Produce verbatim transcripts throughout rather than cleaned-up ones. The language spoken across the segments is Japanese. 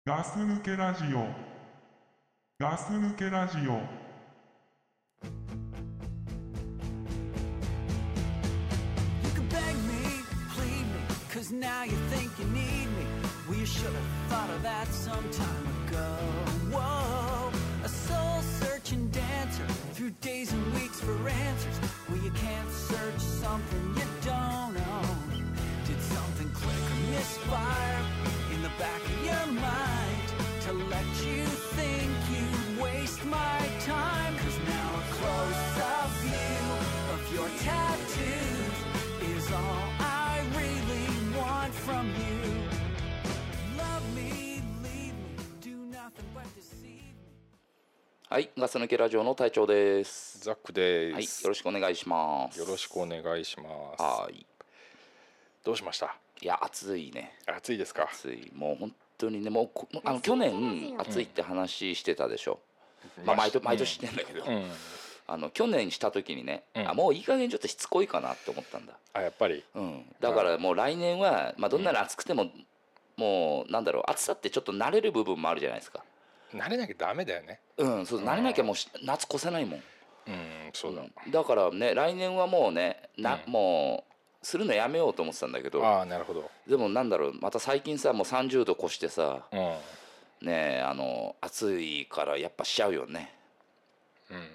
ガス抜けラジオガス抜けラジオ You can beg me, plead me, cause now you think you need me. Well, you should have thought of that some time ago. Whoa, a soul-searching dancer through days and weeks for answers. Well, you can't search something you don't own. Did something click or misfire in the back of your mind to let you think you'd waste my time? Cause now a close-up view of your tattoos is all I really want from you. Love me, leave me, do nothing but deceive me. はい、ガス抜けラジオの隊長です。 ザックではい、よす、 ろしくお願いします。 よろしくお願いします。 はい。 どうしました？ いや、暑いね。 暑いですか？ 暑い。もう本当にね、もうこあの去年暑いって話してたでしょ。 うん、 まあ毎年毎年してんだけど、 うん、 あの去年した時にね、 うん、 あもういい加減ちょっとしつこいかなって思ったんだ。 あ、やっぱり。 うん。だからもう来年はまあどんなに暑くても、うん、もうなんだろう、暑さってちょっと慣れる部分もあるじゃないですか。 慣れなきゃダメだよね。 うん、そう、慣れなきゃもう夏越せないもん。 うん、そうだ、 うん、だからね、来年はもうね、な、 うん、 もうするのやめようと思ってたんだけど、 ああ、なるほど。 でもなんだろう、また最近さ、もうさんじゅうど越してさ、 うん、 ねえ、あの暑いからやっぱしちゃうよね。 うん、うん、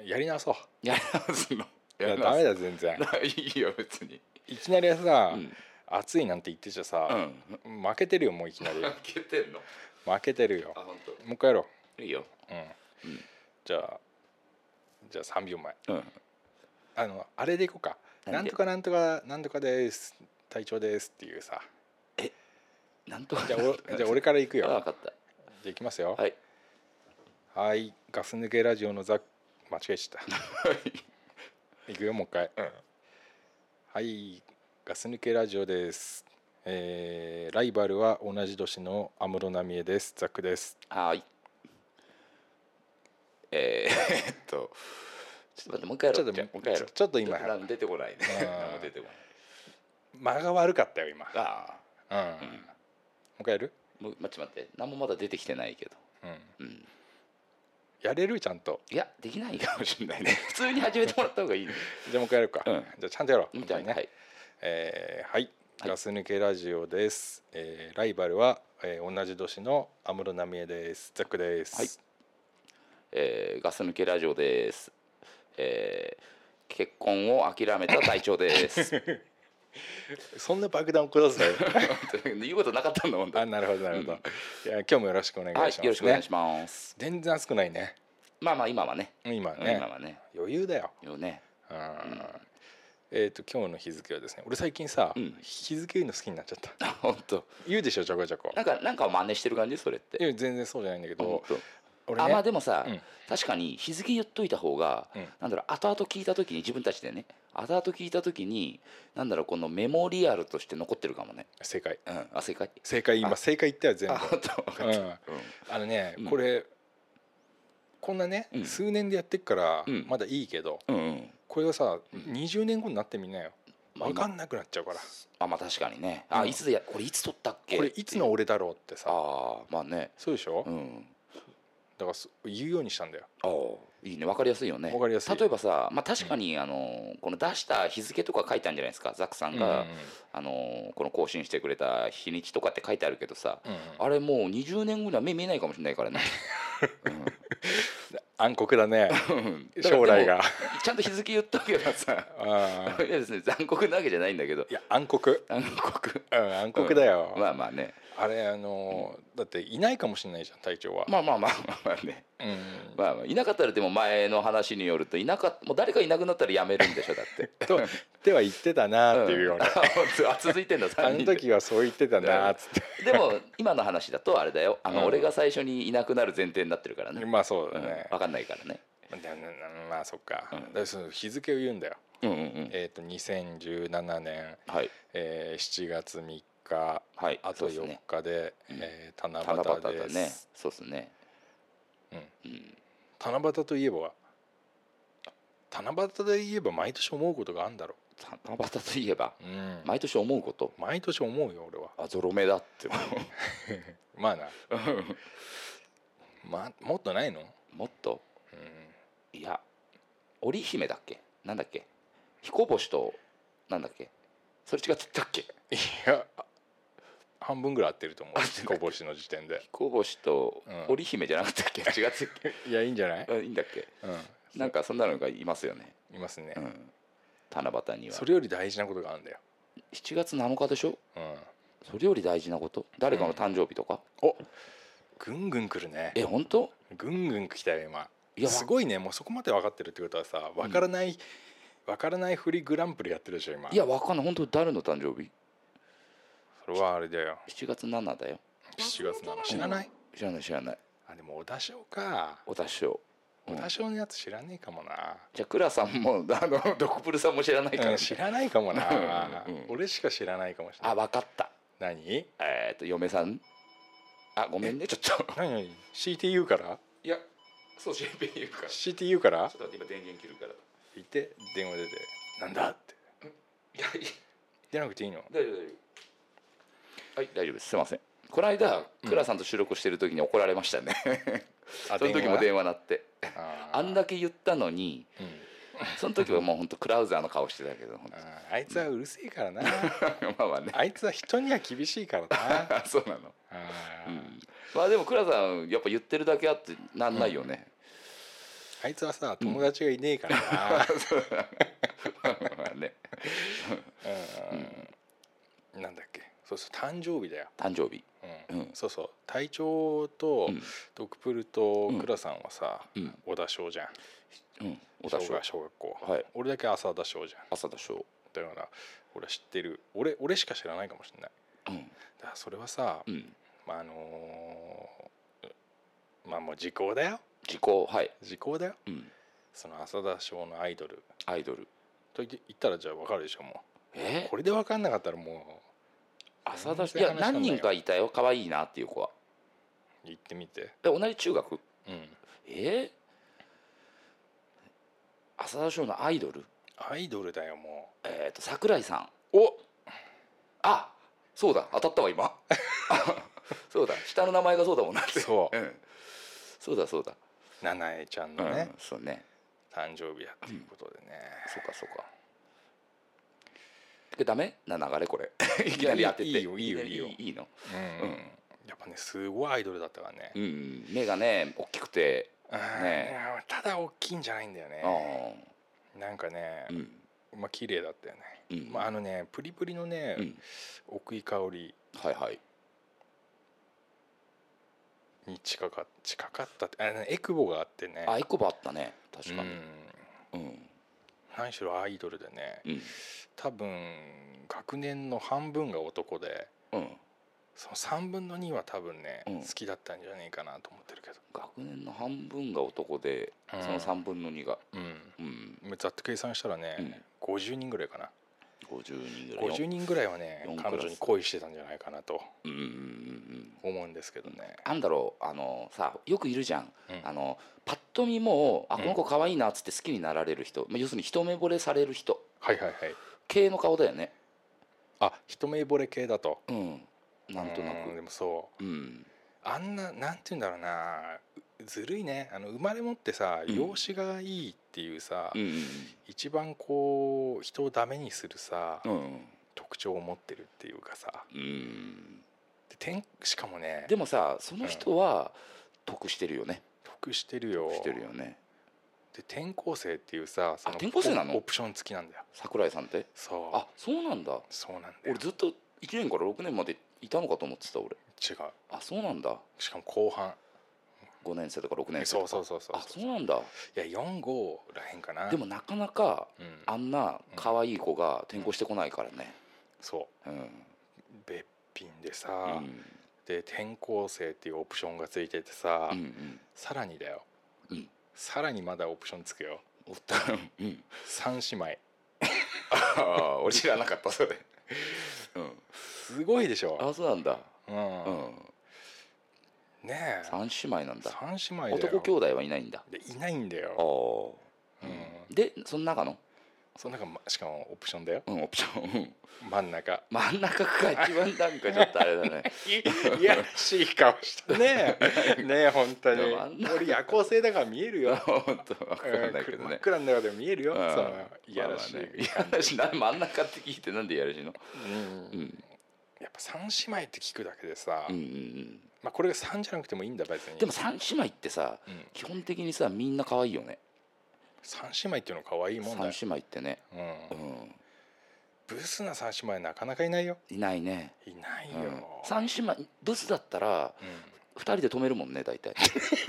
やり直そう。 やり直すの？ いや、ダメだ全然。 いいよ別に。 いきなりさ、 うん、 暑いなんて言ってちゃさ、うん、負けてるよもういきなり。 負けてんの？ 負けてるよ。 あ、本当。 もう一回やろう。いいよ。 うん。うん、じゃあじゃあさんびょうまえ。 うん。 あのあれでいこうか。なんとかなんとかなんとかです。隊長ですっていうさ。 え、なんとか。 じゃあおじゃあ俺からいくよ。 分かった。 じゃあいきますよ。 はい。 はい、ガス抜けラジオのザ間違えちゃった。いくよもう一回。うん、はい、ガス抜けラジオです。えー、ライバルは同じ年の安室奈美恵です。ザックです。 はい。えー、っとちょっと待って、もう一回やろう。 ちょっともう一回やろう。 ちょっと今ちょっと出てこないね。出てこない。 間が悪かったよ今。 ああ、 うん。うん、もう一回やる？ もう待って待って、何もまだ出てきてないけど。 うん。 うん、 やれるちゃんと。 いや、できないかもしれないね。普通に始めてもらった方がいいね。 じゃあもう一回やるか。うん、じゃあちゃんとやろう。 みたいな。はい。 えー、はい。ガス抜けラジオです。えー、ライバルは、えー、同じ年の安室奈美恵です。ザックです。 はい。えー、ガス抜けラジオです。えー、結婚を諦めた隊長です。 そんな爆弾を下すのよ。 言うことなかったんだもん。 あ、なるほどなるほど。うん、いや今日もよろしくお願いします、ね。 はい、よろしくお願いします。 全然暑くないね。 まあまあ今はね。 今はね。 今はね。 余裕だよ。 よね。 うん。えっと今日の日付はですね、俺最近さ、うん、日付言うの好きになっちゃった。 本当。 言うでしょちょこちょこ。 なんかなんか真似してる感じそれって。 いや全然そうじゃないんだけど。 俺ね、あ、まあでもさ、うん、確かに日付言っといた方が、うん、なんだろう、後々聞いた時に自分たちでね、後々聞いた時になんだろう、このメモリアルとして残ってるかもね。 正解。 うん、あ、正解。 正解、今正解言ったよ全部。 あ、分かった。うん、 あのね、うん、これこんなね、うん、数年でやってっからまだいいけど、うんうん、これがさ、うん、にじゅうねんごになってみなよ。分かんなくなっちゃうから。 あ、まあ確かにね。あ、いつでや、これいつ撮ったっけ。 これいつの俺だろうってさ。 あ、まあね。 そうでしょ。 うん。 だから言うようにしたんだよ。 ああ、いいね、分かりやすいよね。 分かりやすい。 例えばさ、まあ確かに、うん、あのこの出した日付とか書いてあるんじゃないですか。ザックさんが、うんうん、あのこの更新してくれた日にちとかって書いてあるけどさ、うんうん、あれもうにじゅうねんごには目見えないかもしれないからね。 うん、暗黒だね。将来がちゃんと日付言っとけばさ。あいやですね、残酷なわけじゃないんだけど。 いや暗黒。 暗黒。 うん、暗黒だよ。 うん、まあまあね。 あれあのーうん、だっていないかもしれないじゃん隊長は。 まあまあまあまあまあね。うん、まあまあいなかったら、でも前の話によるといなかもう誰かいなくなったらやめるんでしょだって。 とっては言ってたなっていうような。 うん、あ続いてんださんにんで。 あの時はそう言ってたなっつって。 でも今の話だとあれだよ。あの、うん、俺が最初にいなくなる前提になってるからね。 まあそうだね。 うん、分かんないからね。 まあそっか。うん、だからその日付を言うんだよ。うんうんうん、えっとにせんじゅうななねん、はい、えー、しちがつみっか、はい、あとよっかで、ね、えー、七夕です。 ね、そうですね。 うんうん、七夕といえば七夕で言えば毎年思うことがあるんだろう。 七夕といえば、 うん、 毎年思うこと。 毎年思うよ俺は。 あ、ゾロ目だってまあなまもっとないの？ もっと、 うん、 いや織姫だっけ、なんだっけ、彦星となんだっけ、それ違ってたっけ。 いや半分ぐらい合ってると思う。彦星の時点で彦星とうん織姫じゃなかったっけ、違ってっいやいいんじゃない？ けあいいんだっけ、 うなんかそんなのがいますよね、 んいますね、 うん、七夕には。 それより大事なことがあるんだよ。 しちがつなのかでしょ。 うんそれより大事なこと、誰かの誕生日とか、 おぐんぐん来るね。 え本当？ ぐんぐん来たよ今。 いやすごいね。もうそこまで分かってるってことはさ、分からない、うん、分からないふりグランプリやってるでしょ今。 いや分かんない、本当誰の誕生日。 それはあれだよ、 しちがつななだよ。 しちがつなの知らない？ 知らない知らない。 あでも小田賞か。 小田賞、 小田賞のやつ知らねえかもな。 じゃあ倉さんもあのドクプルさんも知らないから、ね、 うん、知らないかもな、 うん、 俺しか知らないかもしれない。 あ分かった。 何？ えっと嫁さん、あごめんねちょっと何何 シーティーユー から？ いやそう シーピーユー からシーティーユー からちょっと待って今電源切るから言って電話出てなんだっていやいや出なくていいの？ 大丈夫大丈夫、はい大丈夫です、すいません。この間倉さんと収録してる時に怒られましたね、うん、その時も電話鳴って あ, あんだけ言ったのに、うん、その時はもう本当クラウザーの顔してたけどあ, あいつはうるせえからなまあまあね、 あいつは人には厳しいからなそうなの。あ、うん、まあでも倉さんやっぱ言ってるだけあってなんないよね、 うん、あいつはさ友達がいねえからな、 まあねうん、なんだっけ、そうそう誕生日だよ。 誕生日、 うんうん、そうそう隊長と、うん、ドクプルと倉さんはさ、うん、小田賞じゃん、うん、小田賞小学校、はい、俺だけ浅田賞じゃん。 浅田賞だから俺は知ってる。俺俺しか知らないかもしれない、うん、だからそれはさ、うん、まああのー、まあもう時効だよ。 時効、はい時効だよ、うん、その浅田賞のアイドルアイドルと言ったらじゃあ分かるでしょもう。 えー、 これで分かんなかったらもう浅田いや何人かいたよ可愛いなっていう子は。 言ってみて。 同じ中学、うん、えー、浅田賞のアイドルアイドルだよもう。えっ、ー、と桜井さん。 おあそうだ当たったわ今そうだ下の名前がそうだもんなって。 そう、 うん、そうだそうだ七重ちゃんのね、 うん、そうね誕生日やっていうことでね、 うん、そうかそうか。ダメな流れこれいきなり当てて。 いいよいいよいいよいいの、 うんうん、やっぱねすごいアイドルだったからね、 うん、目がね大きくてね、 ただ大きいんじゃないんだよね。なんかね、うん、まあ綺麗だったよね、うん、まああのねプリプリのね、うん、奥井香織はいはいに近か近かったってあエクボがあってね。 あエクボあったね確かに、うん、うん、 何しろアイドルでね、うん、多分学年の半分が男で、うん、そのさんぶんのには多分ね、うん、好きだったんじゃねえかなと思ってるけど。 学年の半分が男で、うん、そのさんぶんのにが、 うんうん、ざっと計算したらね、うん、ごじゅうにんぐらいかな。 ごじゅうにんぐらいごじゅうにんぐらいはね彼女に恋してたんじゃないかなと思うんですけどね。 なんだろうあのさよくいるじゃん、うん、あのパッと見もうあこの子可愛いなっつって好きになられる人、うん、要するに一目惚れされる人、 はいはいはい、 系の顔だよね。 あ一目惚れ系だと、 うん、なんとなく。 でもそう、うん、あんななんて言うんだろうなずるいね。あの生まれ持ってさ、うん、容姿がいいっていうさ、うんうん、一番こう人をダメにするさ、うん、特徴を持ってるっていうかさ、うん、でてしかもねでもさその人は得してるよね、 うん、得してるよ得してるよね。 で転校生っていうさその転校生なのオプション付きなんだよ桜井さんって。 そうあそうなんだ。 そうなんだよ。 俺ずっといちねんからろくねんまでいたのかと思ってた俺。 違う。 あそうなんだ。 しかも後半ごねん生とかろくねん生とか。 そうそうそうそう。 あそうなんだ。 いやよん、ごらへんかな。 でもなかなか、うん、あんな可愛い子が転校してこないからね、うん、 そう、うん、べっぴんでさ、うん、で転校生っていうオプションがついててさ、うんうん、さらにだよ、うん、さらにまだオプションつくよ、うん、さん姉妹ああ俺知らなかったそれ、 うん、すごいでしょ。 あそうなんだ、うん、 うんねえ三姉妹なんだ。 三姉妹だよ。 男兄弟はいないんだ。 でいないんだよ。 あ、うん、でその中のその中しかもオプションだよ、 うん、オプション真ん中真ん中が一番なんかちょっとあれだねいやらしい顔したねえねえ本当に俺夜行性だから見えるよ本当分かんないけどね、 真っ暗の中でも見えるよ、 うん、 そのいやらしい、 まあまあね、いやらしいな真ん中って聞いてなんでいやらしいの、 うん、うん、やっぱ三姉妹って聞くだけでさ、 うんうんうん、 まあこれが三じゃなくてもいいんだ別に。 でも三姉妹ってさ、うん、基本的にさみんな可愛いよね。 三姉妹っていうの可愛いもんだよ。 三姉妹ってね、 うん、うん、ブスな三姉妹なかなかいないよ。 いないね。 いないよ、うん、 三姉妹ブスだったら二、人で止めるもんね大体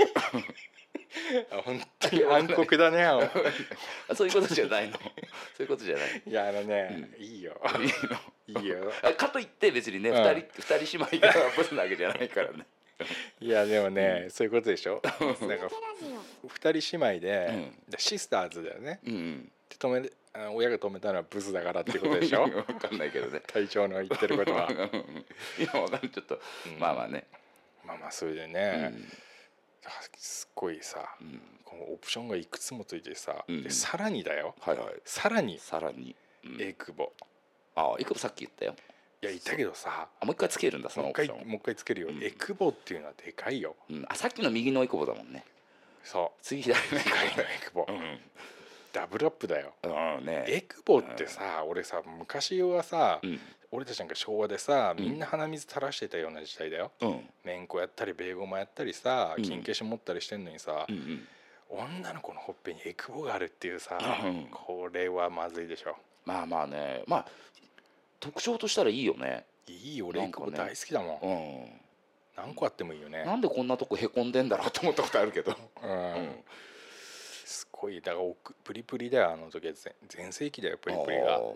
本当に暗黒だねそういうことじゃないのそういうことじゃない。 いやあのね、うん、いいよいいのいいよかといって別にね、うん、二人二人姉妹がブスなわけじゃないからねいやでもね、うん、そういうことでしょなんか二人姉妹で、うん、シスターズだよね、うんうん、で止め親が止めたのはブスだからっていうことでしょ分かんないけどね隊長の言ってることは今分かるちょっと、うん、まあまあねまあまあそれでね、うん、すっごいさ、うん、このオプションがいくつもついてさ、うん、でさらにだよ、はいはい、さらにさらに、 うん、エクボああエクボさっき言ったよ。 いや言ったけどさあもう一回つけるんだそのオプション。 もう一回つけるよ、うん、エクボっていうのはでかいよ、 うん、あさっきの右のエクボだもんね。 そう次左のエクボ、うん、ダブルアップだよ、 うんね、 エクボってさ、うん、俺さ昔はさ、うん、俺たちなんか昭和でさみんな鼻水垂らしてたような時代だよ、うん、めんこやったりベーゴマやったりさ金消し持ったりしてんのにさ、うんうん、女の子のほっぺにエクボがあるっていうさ、うん、これはまずいでしょ。 まあまあねまあ特徴としたらいいよね。 いいよ俺エクボ大好きだもん、うん、何個あってもいいよね。 なんでこんなとこへこんでんだろうと思ったことあるけど、うんうん、 すごいだからプリプリだよあの時は全盛期だよプリプリが。あ、うん、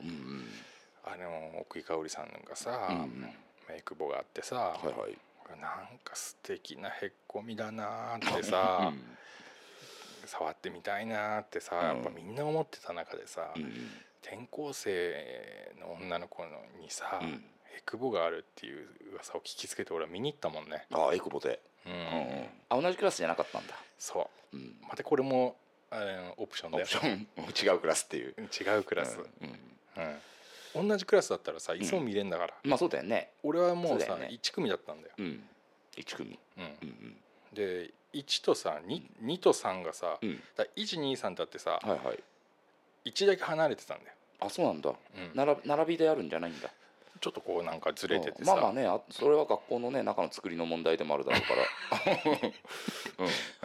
あの奥井香織さんがさ、うん、エクボがあってさ、はいはい、なんか素敵なへっこみだなってさ、うん、触ってみたいなってさ、やっぱみんな思ってた中でさ、うん、転校生の女の子にさ、うん、エクボがあるっていう噂を聞きつけて俺は見に行ったもんね。 ああエクボで、うんうん、あ同じクラスじゃなかったんだ。 そう、うん、またこれもあのオプションだよ。 オプション違うクラスっていう違うクラス、うんうん、同じクラスだったらさいつも見れんだから、 うん、まあそうだよね。 俺はもうさう、ね、いち組だったんだよ、うん、 いち組、うんうんうん、 でいちとさ 2, にとさんがさ、うん、だいちにさんだってさ、はいはい、いちだけ離れてたんだよ。 あそうなんだ、うん、並, 並びであるんじゃないんだ。 ちょっとこうなんかずれててさ、 まあまあねそれは学校のね中の作りの問題でもあるだろうから、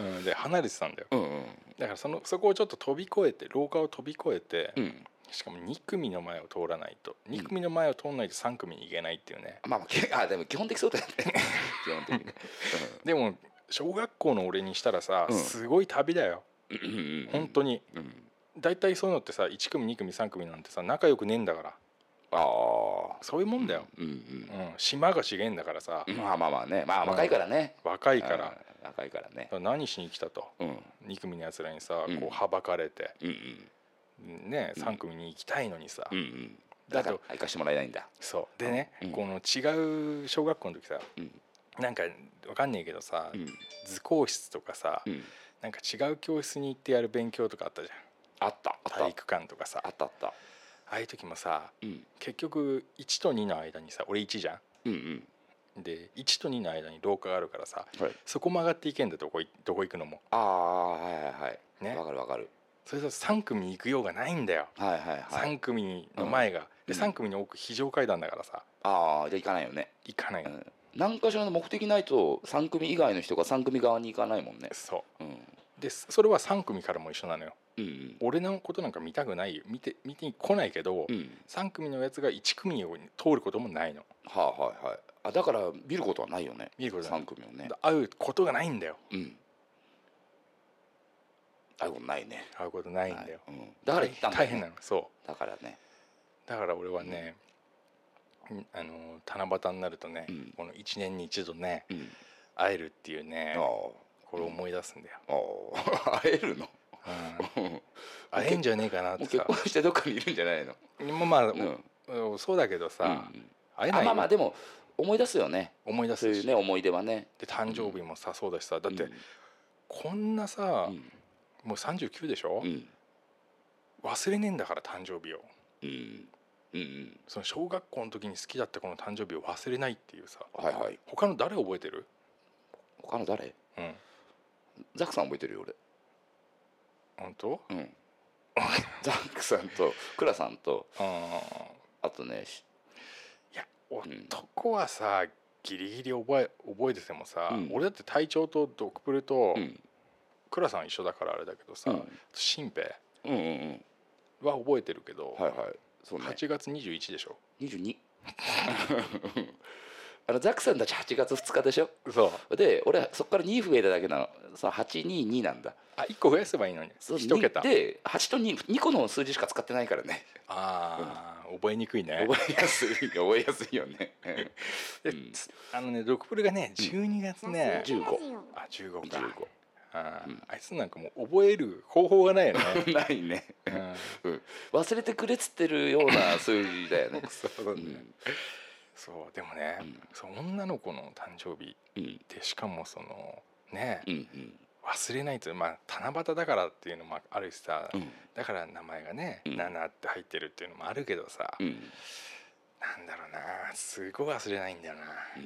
うんうん、で離れてたんだよ、うんうん、だから そ, のそこをちょっと飛び越えて廊下を飛び越えて、うん、しかもに組の前を通らないとに組の前を通らないとさん組に行けないっていうね、 うん、まあ、まあ、あでも基本的そうだよね基本的にね、 うん、でも小学校の俺にしたらさ、うん、すごい旅だよ、うん、本当に、うん、だいたいそういうのってさいち組に組さん組なんてさ仲良くねえんだから。あそういうもんだよ、うんうんうん、島が資源だからさ、 まあまあまあねまあ若いからね、 うん、若いから若いからね何しに来たと、うん、に組のやつらにさ、うん、こうはばかれて、うんうん、ねさん組に行きたいのにさ、うんうん、 だから行かしてもらえないんだ。 そうでね、うん、この違う小学校の時さ、うん、なんかわかんねえけどさ、うん、図工室とかさ、うん、なんか違う教室に行ってやる勉強とかあったじゃん。 あったあった体育館とかさあったあったああいう時もさ、うん、結局いちとにの間にさ俺いちじゃん、うんうん、でいちとにの間に廊下があるからさ、はい、そこ曲がっていけんだどこどこ行くのも。 ああはいはいはいねわかるわかる。 それとさん組行くようがないんだよ、はいはいはい、さん組の前が、うん、でさん組の奥非常階段だからさ、 ああじゃあ行かないよね。 行かない、うん、 何かしらの目的ないとさん組以外の人がさん組側に行かないもんね。 そう、うん、でそれはさん組からも一緒なのよ、うんうん、俺のことなんか見たくないよ見て見てに来ないけど、うん、さん組のやつがいち組を通ることもないの。 はあはいはい。あだから見ることはないよね。見ることないさん組をね会うことがないんだよ、うん、 会うことないね。 会うことないんだよ、はいうん、 だから行ったんだよね。 大変なの。そうだからねだから俺はね、うん、あの七夕になるとね、うん、このいちねんに一度ね、うん、会えるっていうねこれを思い出すんだよ、 うん、会えるのうん、会えんじゃねえかなってさ。 結婚してどっかにいるんじゃないの。 まあ、うん、そうだけどさ、うん、会えないよ。 まあまあでも思い出すよね。 思い出すしそういうね思い出はね。 で誕生日もさそうだしさ、だって、うん、こんなさ、うん、もうさんじゅうきゅうでしょ、うん、 忘れねえんだから誕生日を、 うんうんうん、 その小学校の時に好きだった子の誕生日を忘れないっていうさ、 はいはい、 他の誰覚えてる？ 他の誰？ うん、 ザックさん覚えてるよ俺。 本当？ うんザックさんとクラさんと、 ああとね、 いや男はさ、ギリギリ覚え覚えててもさ、うん、俺だって隊長とドクプルと、うん、クラさん一緒だからあれだけどさ、うん、新兵うんうんうんは覚えてるけど、 はいはい、そうね、 はちがつにじゅういちでしょ。 にじゅうにあのザックさんたちはちがつふつかでしょ。 そうで俺そこからに増えただけなの。はちにになんだ。 あ、いっこ増やせばいいのに。 そう一桁ではちと 2, にこの数字しか使ってないからね。 ああ、うん、覚えにくいね。 覚えやすい覚えやすいよね、 うん、あのねドクプルがねじゅうにがつね、 うん、じゅうご、 あじゅうごかじゅうご、 あ、うん、あいつなんかもう覚える方法がないよねないね、うんうん、忘れてくれっつってるような数字だよねそうだね、うん、そうでもね、うん、そう女の子の誕生日で、しかもそのね、うんうん、忘れないっていう、まあ七夕だからっていうのもあるしさ、うん、だから名前がね、うん、ナナって入ってるっていうのもあるけどさ、うん、なんだろうな、すごい忘れないんだよな、うん、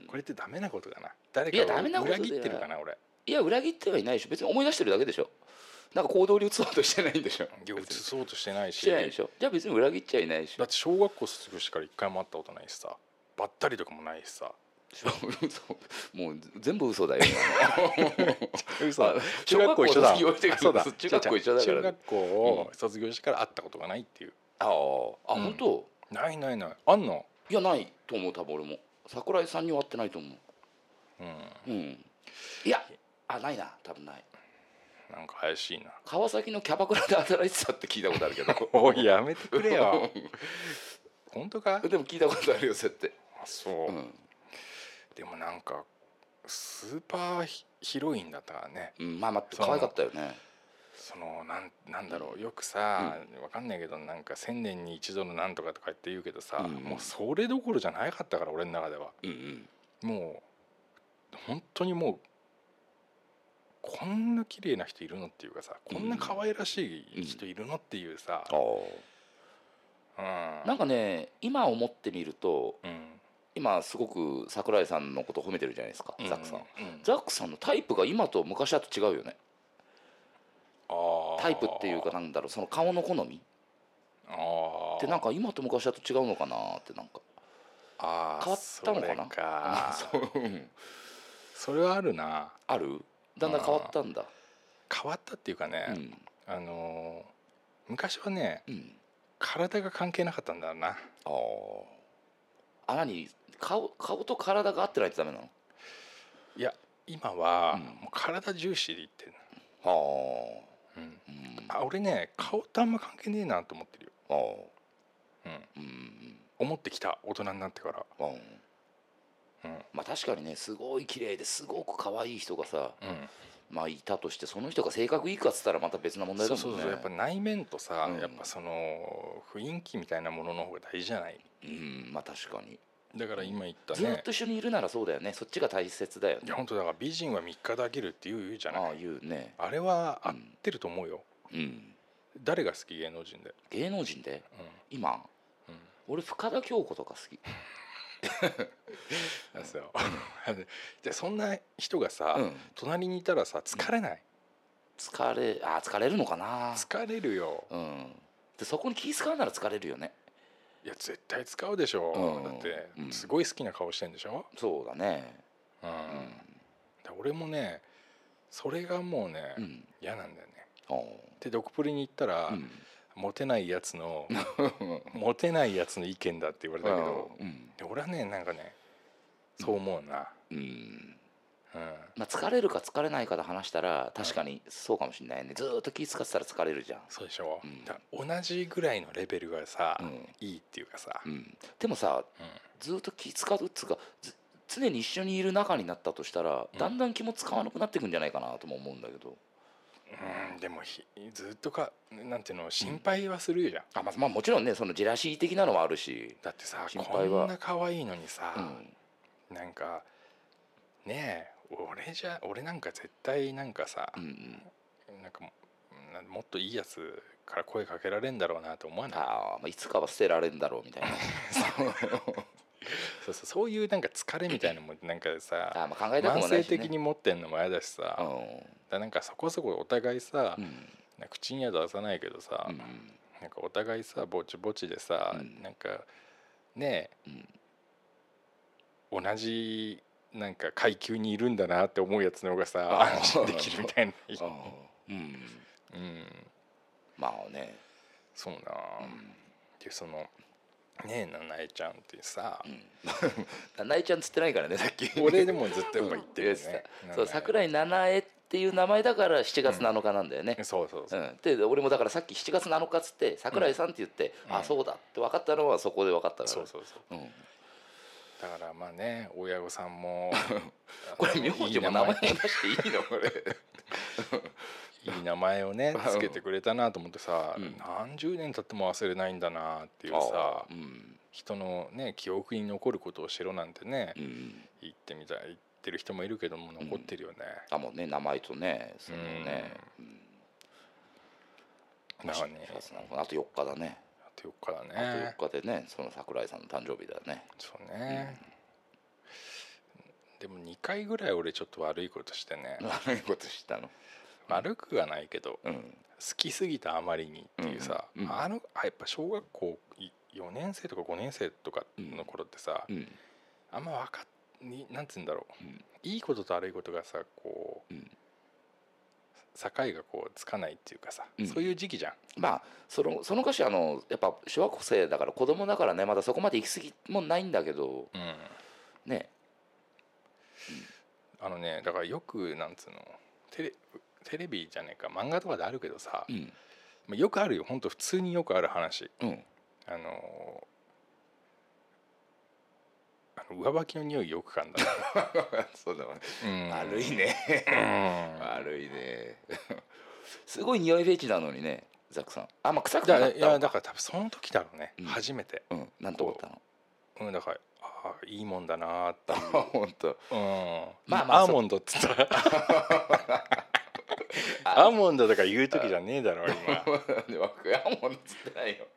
これってダメなことだな。誰かを裏切ってるかな俺。 いや裏切ってはいないでしょ、別に思い出してるだけでしょ。なんか行動に移そうとしてないんでしょ。 いや移そうとしてないし、 してないでしょ。じゃあ別に裏切っちゃいないし。 だって小学校卒業してから一回も会ったことないしさ、ばったりとかもないしさもう全部嘘だよ嘘だ。 中学校一緒だ。そうだ。中学校一緒だから。 中学校を卒業してから会ったことがないっていう。 ああ、あ、本当。 ないないない。あんの？ いやないと思う、多分俺も。桜井さんには会ってないと思う。うん。うん。いや、あ、ないな、多分ない。 なんか怪しいな。 川崎のキャバクラで働いてたって聞いたことあるけど。 おいやめてくれよ。本当か？ でも聞いたことあるよ、そうやって。 あ、そう。うん、でもなんかスーパーヒロインだったからね、 うん、まあまあ可愛かったよね。 そのなんなんだろう、よくさ、うん、わかんないけどなんか千年に一度のなんとかとか言って言うけどさ、うん、もうそれどころじゃなかったから俺の中では、うんうん、もう本当にもうこんな綺麗な人いるのっていうかさ、こんな可愛らしい人いるのっていうさ、 うんうん、なんかね今思ってみると、うん、今すごく桜井さんのこと褒めてるじゃないですか、うん、ザックさん、うん、ザックさんのタイプが今と昔だと違うよね。あタイプっていうかなんだろう、その顔の好みあってなんか今と昔だと違うのかなって、なんかあ変わったのかな。 かそれはあるな。 ある？だんだん変わったんだ。 変わったっていうかね、うん、あの昔はね、うん、体が関係なかったんだな。ああ、何顔顔と体が合ってないとダメなの？ いや今はもう体重視でいってるの。はあ、うん、あ俺ね顔とあんま関係ねえなと思ってるよ。あ、うん、うん、思ってきた大人になってから。あ、 うん、まあ確かにねすごい綺麗ですごく可愛い人がさ、うん、まあいたとして、その人が性格いいかっつったらまた別な問題だもんね。 そうそうそう、やっぱ内面とさ、うん、やっぱその雰囲気みたいなものの方が大事じゃない。 うん、まあ確かに。 だから今言ったね、 ずっと一緒にいるならそうだよね、そっちが大切だよね。 いや本当だから美人はみっかで飽きるって言うじゃない。 ああ言うね。 あれは合ってると思うよ。うん、うん、誰が好き？芸能人で。 芸能人で、うん、今、うん、俺深田恭子とか好き。 そうでそんな人がさ、うん、隣にいたらさ疲れない？ 疲れあ疲れるのかな。 疲れるよ、うん、 でそこに気使うなら疲れるよね。 いや絶対使うでしょ、うん、だってすごい好きな顔してんでしょ。 そうだね、うんうん、 俺もねそれがもうね、うん、嫌なんだよね。でドクプリに行ったら、うん、モテないやつのモテないやつの意見だって言われたけど、うん、で俺はねなんかねそう思うな、うんうんうん、まあ疲れるか疲れないかで話したら確かにそうかもしれないね。ずっと気使ってたら疲れるじゃん。 そうでしょ、うん、だ同じぐらいのレベルがさ、うん、いいっていうかさ、うん、 でもさ、うん、ずっと気使うっつうか常に一緒にいる仲になったとしたら、うん、だんだん気も使わなくなっていくんじゃないかなとも思うんだけど。 うん、でもずっとかなんていうの心配はするじゃん、 うん、あ、まあ、まあもちろんねそのジェラシー的なのはあるし。 だってさ心配はこんな可愛いのにさ、うん、なんかねえ俺じゃ俺なんか絶対なんかさ、うんうん、なんか も, もっといいやつから声かけられるんだろうなと思わない？ ああ、いつかは捨てられるんだろうみたいなそうそう、そういうなんか疲れみたいなのもなんかさあ、まあ考えたくもないし、ね、 慢性的に持ってんのも嫌だしさ、うん、だなんかそこそこお互いさ、うん、口には出さないけどさ、うん、なんかお互いさぼちぼちでさ、うん、なんかねえ、うん、同じなんか階級にいるんだなって思うやつの方がさ安心できるみたいなうん、うん、 まあね、 そうな、うん、でそのねえななえちゃんってさ、 ななえちゃんつってないからねさっき俺でもずっとやっぱ言ってるよね、 うん、そう桜井ななえっていう名前だからしちがつなのかなんだよね、 うん、そうそうそう、うん、 で俺もだからさっきしちがつなのかっつって桜井さんって言って、うん、あそうだって分かったのはそこで分かったから、 そうそうそう、うん、だからまあね親御さんもこれ名字も名前出していいのこれいい名前をねつけてくれたなと思ってさ、うん、何十年経っても忘れないんだなっていうさ、うん、人のね記憶に残ることをしろなんてね、うん、言ってみたい言ってる人もいるけども残ってるよね、 うん、あもうね名前とねそのね、うんうん、 だからねあとよっかだねあとよっかだねあとよっかでねその桜井さんの誕生日だねそうね、うん、でもにかいぐらい俺ちょっと悪いことしてね悪いことしたの悪くはないけど、うん、好きすぎたあまりにっていうさ、うんうん、あのやっぱ小学校よねん生とかごねん生とかの頃ってさ、うん、あんま分かっになんつうんだろう、うん、いいことと悪いことがさこう、うん、境がこうつかないっていうかさ、うん、そういう時期じゃん。 まあそのその歌詞あのやっぱ小学生だから子供だからねまだそこまで行き過ぎもないんだけど、うん、ね、 うん、あのねだからよくなんつうのテレテレビじゃねえか漫画とかであるけどさ、うん、まあ、よくあるよ本当普通によくある話、うん、あのあの上履きの匂いよく噛んだそうだわ、うん、悪いね、うん、悪いねすごい匂いフェチなのにねザックさんあんま臭くなかったのか。 いやだから多分その時だろうね、うん、初めて、 うん、なんと思ったの。 うん、だからあいいもんだなっていう本当、 うん、まあまあアーモンドって言ったらアーモンドとか言う時じゃねえだろ今アーモンドつってないよ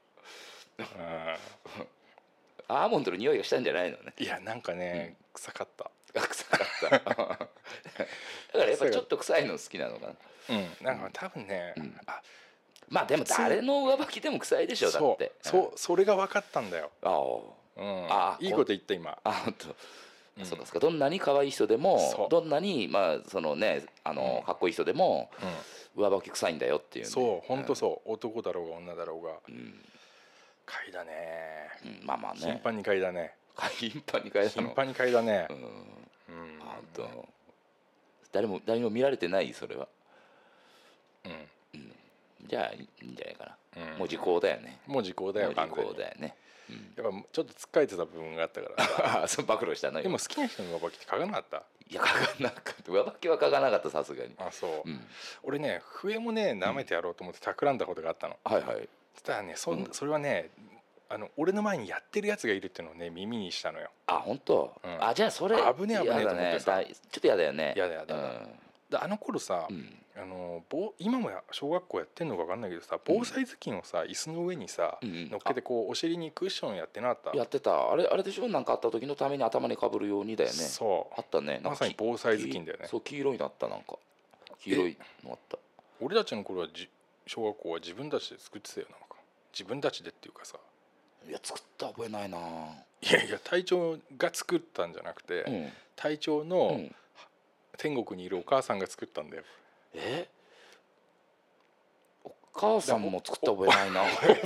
アーモンドの匂いがしたんじゃないのね。 いやなんかね、うん、臭かった臭かっただからやっぱちょっと臭いの好きなのかな。 うんなんか多分ね、うん、あまあでも誰の上履きでも臭いでしょだってそう、うん、それが分かったんだよ。 あ、 うん、あいいこと言った今。 あ本当、うん、そうですか。どんなに可愛い人でもどんなにまあそのねあの、うん、かっこいい人でも、うん、上履き臭いんだよっていう、ね、 そう本当そう、うん、男だろうが女だろうが、うん、嗅いだね、 うん、まあまあね頻繁に嗅いだね頻繁に嗅いだの頻繁に嗅いだね、うんうん、 あと誰も誰も見られてないそれは、うんうん、じゃあいいんじゃないかな、うん、もう時効だよね。 もう時効だよ。 もう時効だよね、 うん、やっぱちょっとつっかえてた部分があったからその暴露したのよ。 でも好きな人の上履きって嗅がなかった？ いや嗅がなかった。上履きは嗅がなかったさすがに。 あそう、うん、俺ね笛もね舐めてやろうと思って企んだことがあったの、 うん、はいはい。 そしたらね そ,、うん、それはねあの俺の前にやってるやつがいるっていうのをね耳にしたのよ。 あ本当、うん、あじゃあそれ危ねえ危ねえと思ってさ、 ちょっとやだよね。 やだやだ、うん、であの頃さ、うん、あの今も小学校やってんのか分かんないけどさ防災頭巾をさ椅子の上にさ、うん、乗っけてこうお尻にクッションやってなかった？ やってた。あれあれでしょ、なんかあった時のために頭にかぶるようにだよね。 そうあったね。 まさに防災頭巾だよね。 そう黄色いのあった。なんか黄色いのあった。 俺たちの頃はじ小学校は自分たちで作ってたよ。なんか自分たちでっていうかさ、 いや作った覚えないな。 いやいや隊長が作ったんじゃなくて、うん、隊長の、うん、天国にいるお母さんが作ったんだよ。 えお母さんも作った覚えないな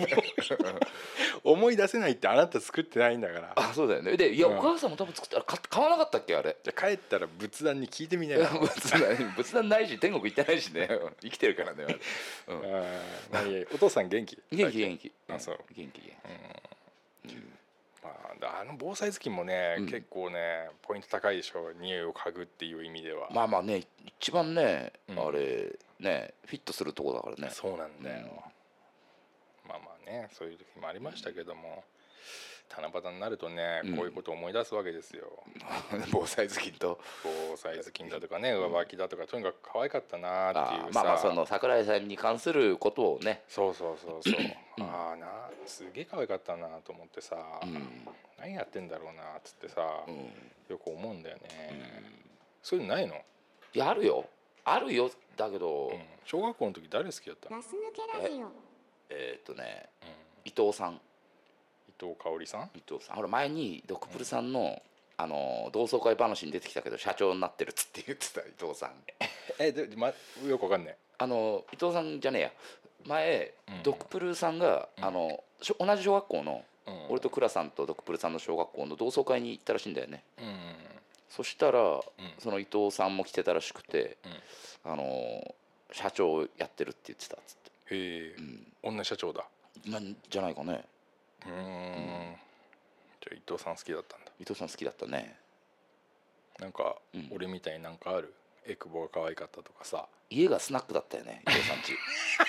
思い出せないってあなた作ってないんだから。 あそうだよね。でいや、うん、お母さんも多分作ったか買わなかったっけあれ。 じゃあ帰ったら仏壇に聞いてみなよ仏壇仏壇ないし天国行ってないしね生きてるからね、 うん、あお父さん元気？ 元気元気。 あそう元気、うんうんまあ、あの防災頭巾もね、うん、結構ねポイント高いでしょ。匂いを嗅ぐっていう意味では。 まあまあね一番ね、うん、あれねフィットするとこだからね。 そうなんだよ、うん、まあまあねそういう時もありましたけども、 七夕になるとね、 うんこういうことを思い出すわけですよ。 防災頭巾と防災頭巾だとかね、上履きだとか、とにかく可愛かったなっていうさ。 あまあまあその桜井さんに関することをね、 そうそうそうそう、ああな、すげえ可愛かったなと思ってさ、 うん、 何やってんだろうなっつってさ、 うん、 よく思うんだよね、そういうのないの？ いやあるよあるよだけど、 うん、小学校の時誰好きだったの？ ガス抜けラジオ。 えーっとね、 うん、 伊藤さん伊藤香織さん。 伊藤さんほら前にドクプルさんの、あの同窓会話に出てきたけど社長になってるっつって言ってた伊藤さんえで、ま、よくわかんない。 あの伊藤さんじゃねえや前、うん、ドクプルさんが、うん、あの同じ小学校の、うん、俺と倉さんとドクプルさんの小学校の同窓会に行ったらしいんだよね、うん、そしたら、うん、その伊藤さんも来てたらしくて、うん、あの社長やってるって言ってたっつって。 へえ、うん、女社長だなんじゃないかね。 うん、うん、じゃあ伊藤さん好きだったんだ。 伊藤さん好きだったね。 なんか、うん、俺みたいになんかある？エクボが可愛かったとかさ。 家がスナックだったよね伊藤さんち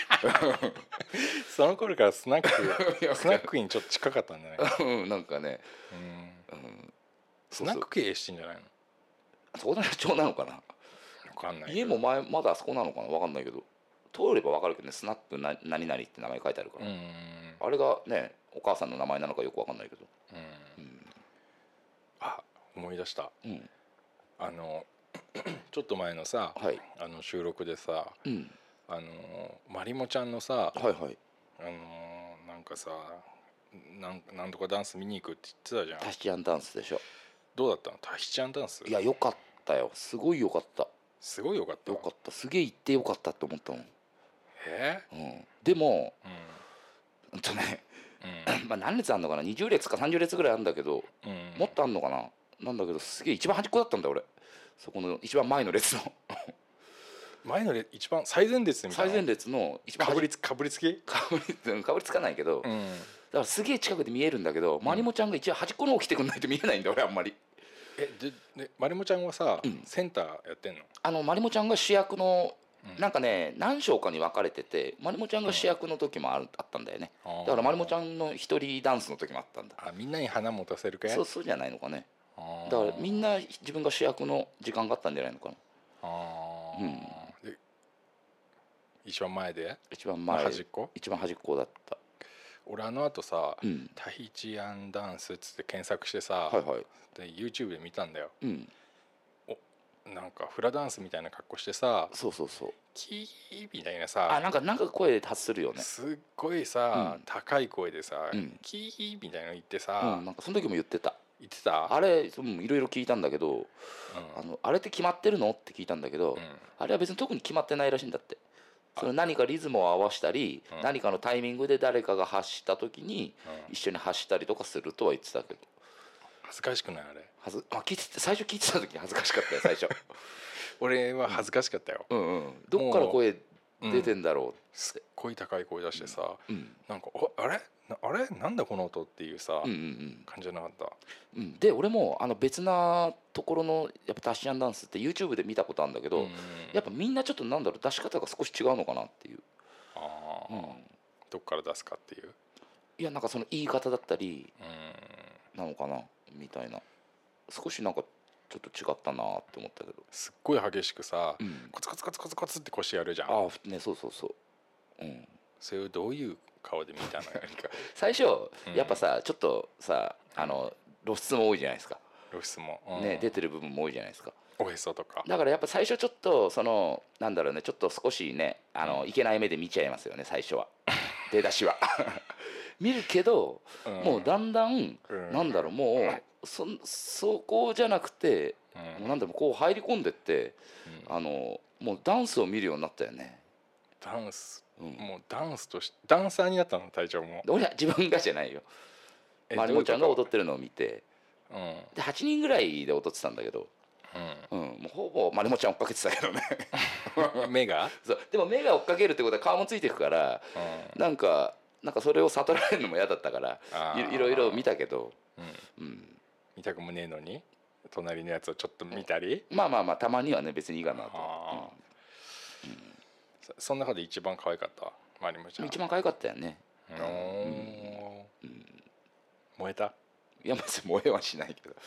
その頃からスナックスナックにちょっと近かったんじゃないうんなんかね、 うん、うん、スナック経営してんじゃないの？ そこの社長なのかな。 分かんない。 家も前まだあそこなのかな分かんないけど、通れば分かるけどね、スナックな何々って名前書いてあるから、うん、あれがねお母さんの名前なのかよく分かんないけど、うんうん、 あ思い出した、うん、あのちょっと前のさ、はい、あの収録でさ、うん、あのまりもちゃんのさ、はいはい、あのなんかさなんなんとかダンス見に行くって言ってたじゃん。 タヒチアンダンスでしょ。 どうだったのタヒチアンダンス？ いやよかったよ、すごいよかった。 すごいよかった。 よかった、すげえ行ってよかったって思ったもん。 えーうん、でも、うん、とね、うん、まあ何列あんのかな、にじゅう列かさんじゅう列ぐらいあるんだけど、うん、もっとあんのかな、なんだけどすげえ一番端っこだったんだよ俺、そこの一番前の列の前の列一番最前列みたいな。 最前列の一番かぶりつかぶりつきかぶりかぶりつかないけど、うん、だからすげえ近くで見えるんだけど、まりもちゃんが一番端っこの方来てくんないと見えないんだよ俺あんまり。 えででまりもちゃんはさ、うん、センターやってんの？ あのまりもちゃんが主役の、うん、なんかね何章かに分かれてて、まりもちゃんが主役の時もある、うん、あったんだよね。だからまりもちゃんの一人ダンスの時もあったんだ。 あみんなに花持たせるかい？ そうそうじゃないのかね。だからみんな自分が主役の時間があったんじゃないのかな。あ、 うん、で一番前で一番前端っこ一番端っこだった。 俺あの後さ、うん、タヒチアンダンスっつって検索してさ、はいはい、で YouTube で見たんだよ、うん、おなんかフラダンスみたいな格好してさ、 そうそうそう、 キーみたいなさ、 あなんかなんか声発するよね、 すっごいさ、うん、高い声でさ、うん、キーみたいなの言ってさ、 うん、なんかその時も言ってた言ってたあれ、うん、いろいろ聞いたんだけど、うん、あのあれって決まってるのって聞いたんだけど、うん、あれは別に特に決まってないらしいんだって。その何かリズムを合わしたり、うん、何かのタイミングで誰かが発した時に一緒に発したりとかするとは言ってたけど、 恥ずかしくないあれ？ はず、まあ、聞いて最初聞いてた時に恥ずかしかったよ最初俺は恥ずかしかったよ、 うんうん、どっから声出てんだろうって、うん、 すっごい高い声出してさ、うん、なんかあれあれなんだこの音っていうさ、うんうんうん、感じじゃなかった、 うん、で俺もあの別なところのやっぱタヒチアンダンスって YouTube で見たことあるんだけど、うんうん、やっぱみんなちょっとなんだろう出し方が少し違うのかなっていう。 あ、うん、どっから出すかっていう、 いやなんかその言い方だったりなのかなみたいな、少しなんかちょっと違ったなって思ったけど、 すっごい激しくさ、うん、コツコツコツコツコツって腰やるじゃん。 ああね、そうそうそう、うん、 それをどういう顔で見たのよ最初、うん、やっぱさちょっとさあの露出も多いじゃないですか。 露出も、 うん、ね出てる部分も多いじゃないですか。 おへそとか。 だからやっぱ最初ちょっとそのなんだろうね、ちょっと少しねあの、うん、いけない目で見ちゃいますよね最初は出だしは見るけど、うん、もうだんだん、うん、なんだろうもうそそこじゃなくて、うん、なんだろうこう入り込んでって、うん、あのもうダンスを見るようになったよね。 ダンス、うん、もうダンスとしダンサーになったの隊長も。 俺は自分がじゃないよ。まりもちゃんが踊ってるのを見て、うん、ではちにんぐらいで踊ってたんだけど、うんうん、もうほぼまりもちゃん追っかけてたけどね目がそうでも目が追っかけるってことは顔もついていくから、うん、なんかなんかそれを悟られるのも嫌だったからいろいろ見たけど、 うんうん、見たくもねえのに隣のやつをちょっと見たり、 うん、まあまあまあたまにはね別にいいかなと、 うん、そ, その中で一番可愛かったまりもちゃん。 一番可愛かったよね。 うん、うん、燃えたいや別に燃えはしないけど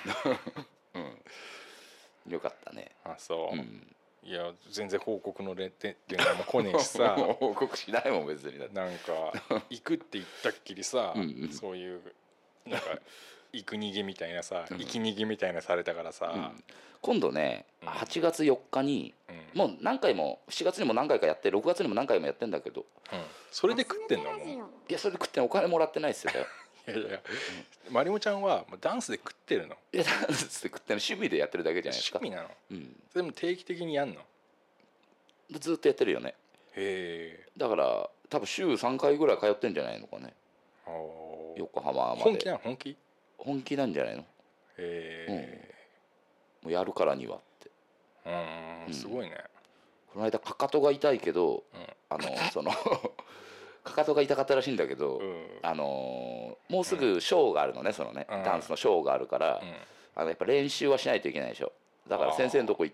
うんよかったね。 あそう、 うん、 いや全然報告の連電話も来ねえしさ報告しないもん別に。だってなんか行くって言ったっきりさうん、うん、そういうなんか行く逃げみたいなさ、うん、行き逃げみたいなされたからさ、うん、 今度ね、うん、はちがつよっかに、うん、もう何回もしちがつにも何回かやってろくがつにも何回もやってんだけど、うん、 それで食ってんのもう。 いやそれで食ってんのお金もらってないっすよいやいや、うん、まりもちゃんはダンスで食ってるの？ いやダンスで食ってるの趣味でやってるだけじゃないですか。 趣味なの？ うん、 それでも定期的にやんの？ ずっとやってるよね。 へえ。 だから多分週さんかいぐらい通ってんじゃないのかね。横浜まで。 本気なの？本気？ 本気なんじゃないの。へえ、うん、もうやるからにはって。 うん、すごいね。 この間かかとが痛いけど、うん、あのそのかかとが痛かったらしいんだけど、うん、あのー、もうすぐショーがあるのね、そのね、うん、ダンスのショーがあるから、うん、あのやっぱ練習はしないといけないでしょ。だから先生のとこ行って、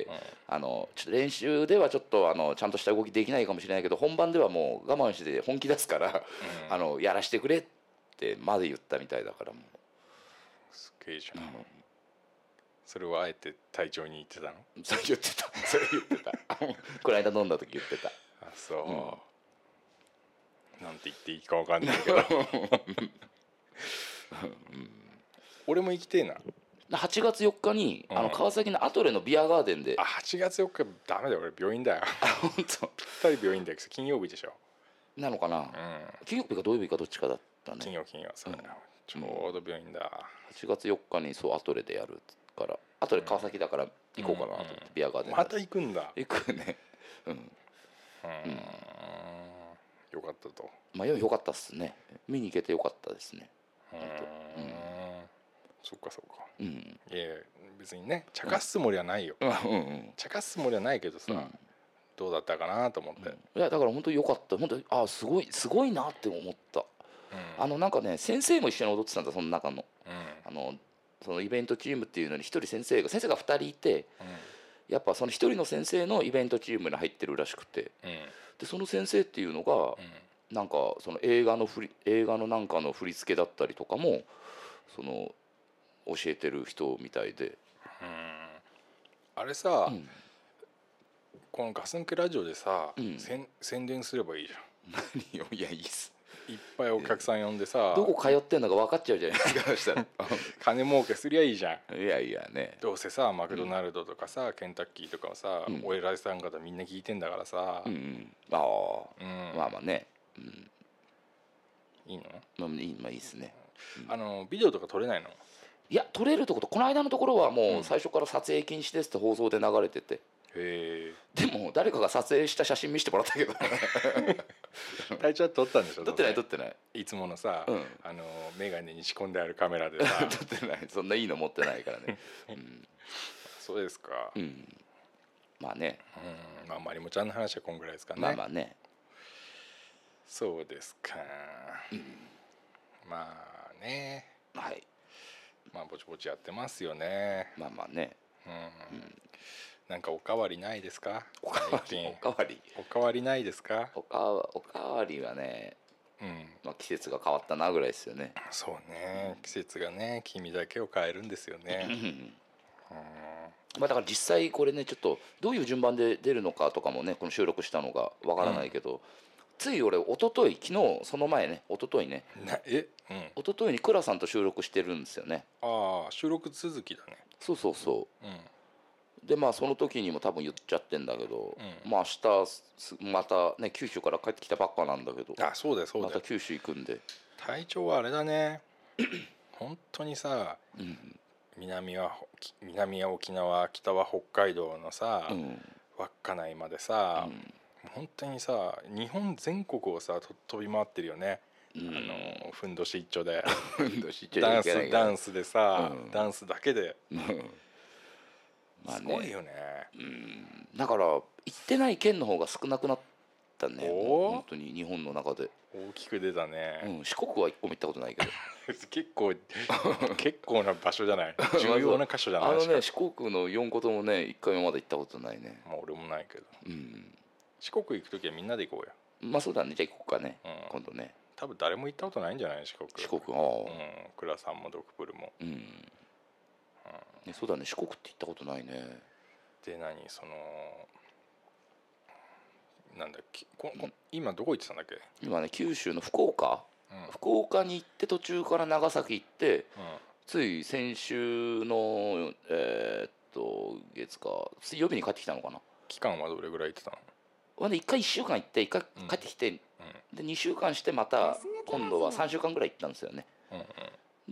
うん、あのちょっと練習ではちょっとあのちゃんとした動きできないかもしれないけど本番ではもう我慢して本気出すから、うん、あのやらしてくれってまで言ったみたいだから。もうすげえじゃん、うん、それはあえて隊長に言ってたの？ それ言ってたそれ言ってたこの間飲んだ時言ってた。 あそう、うん、なんて言っていいか分かんないけど、うん、俺も行きてえな。 はちがつよっかに、うん、あの川崎のアトレのビアガーデンで。 あはちがつよっかダメだよ俺病院だよ。 あ本当。ぴったり病院だけど金曜日でしょ。 なのかな、うん、金曜日か土曜日かどっちかだったね。 金曜金曜そうだよ、うん、ちょうど病院だ。はちがつよっかにそうアトレでやるからアトレ川崎だから行こうかなと思って、うん、ビアガーデンまた行くんだ。 行くねうん、うん、 よかったと。 まあよかったっすね。見に行けてよかったですね。 うんそっかそっか、うん、いや別にね茶化すつもりはないよ、うんうん、茶化すつもりはないけどさ、うん、どうだったかなと思って、うん、いやだから本当によかった。本当にあすごいすごいなって思った、うん、あのなんかね先生も一緒に踊ってたんだその中の、うん、あのそのイベントチームっていうのに一人先生が先生がふたりいて、うん、やっぱその一人の先生のイベントチームに入ってるらしくて、うん、でその先生っていうのが、うん、なんかその映画の振り映画のなんかの振り付けだったりとかもその教えてる人みたいで。うんあれさ、うん、このガス抜けラジオでさ、うん、宣伝すればいいじゃん。何よいやいいっす。 いっぱいお客さん呼んでさどこ通ってんのか分かっちゃうじゃないですかしたら金儲けすりゃいいじゃん。 いやいやねどうせさマクドナルドとかさ、うん、ケンタッキーとかはさ、うん、お偉いさん方みんな聞いてんだからさ、うんうん、 ああ、うん、まあまあね、うん、 いいの？ まあいい、まあいいっすね、 うん、あのビデオとか撮れないの？ いや撮れるとことこの間のところはもう最初から撮影禁止ですって放送で流れてて、うん、へでも誰かが撮影した写真見せてもらったけど隊長は撮ったんでしょ？ 撮ってない撮ってない。 いつものさ、うん、あのメガネに仕込んであるカメラでさ撮ってない。そんないいの持ってないからね、うん、 そうですか、うん、 まあね、 うん、まあまりもちゃんの話はこんぐらいですかね。 まあまあねそうですか、うん、まあねはいまあぼちぼちやってますよね。 まあまあね、 うんうん、なんかおかわりないですか？ おかわりおかわりおかわりないですか？ おかわおかわりはね、うんまあ、季節が変わったなぐらいですよね。 そうね季節がね君だけを変えるんですよね、うんまあ、だから実際これねちょっとどういう順番で出るのかとかもねこの収録したのがわからないけど、うんつい俺一昨日昨日その前ね一昨日ねなえ、うん、 一昨日に倉さんと収録してるんですよね。 ああ収録続きだね。 そうそうそう、うん、でまあその時にも多分言っちゃってんだけど、うん、まあ明日またね九州から帰ってきたばっかなんだけどあそうだよそうだよまた九州行くんで体調はあれだね本当にさ、うん、南は南は沖縄北は北海道のさ、うん、稚内までさ、うん本当にさ日本全国をさと飛び回ってるよね、うん、あのふんどし一丁でダンスダンスでさ、うん、ダンスだけで、うんまあね、すごいよね、 うん、だから行ってない県の方が少なくなったね本当に日本の中で大きく出たね、 うん、四国は一個も行ったことないけど結構結構な場所じゃない重要な箇所じゃない。 あのね四国のよんこともね一回もまだ行ったことないね。 まあ俺もないけど、うん四国行くときはみんなで行こうよ。 まあそうだねじゃあ行こうかね、うん、今度ね多分誰も行ったことないんじゃない四国。 四国、ああ、 うん、倉さんもドクプルも、 うん、うん、ね、そうだね、四国って行ったことないね。 で何そのなんだっけここ、今どこ行ってたんだっけ。 今ね九州の福岡、うん、福岡に行って途中から長崎行って、うん、つい先週のえー、っと月か水曜日に帰ってきたのかな。 期間はどれぐらい行ってたの。 いっかいいっしゅうかん行っていっかい帰ってきて、うん、でにしゅうかんしてまた今度はさんしゅうかんぐらい行ったんですよね、うんうん、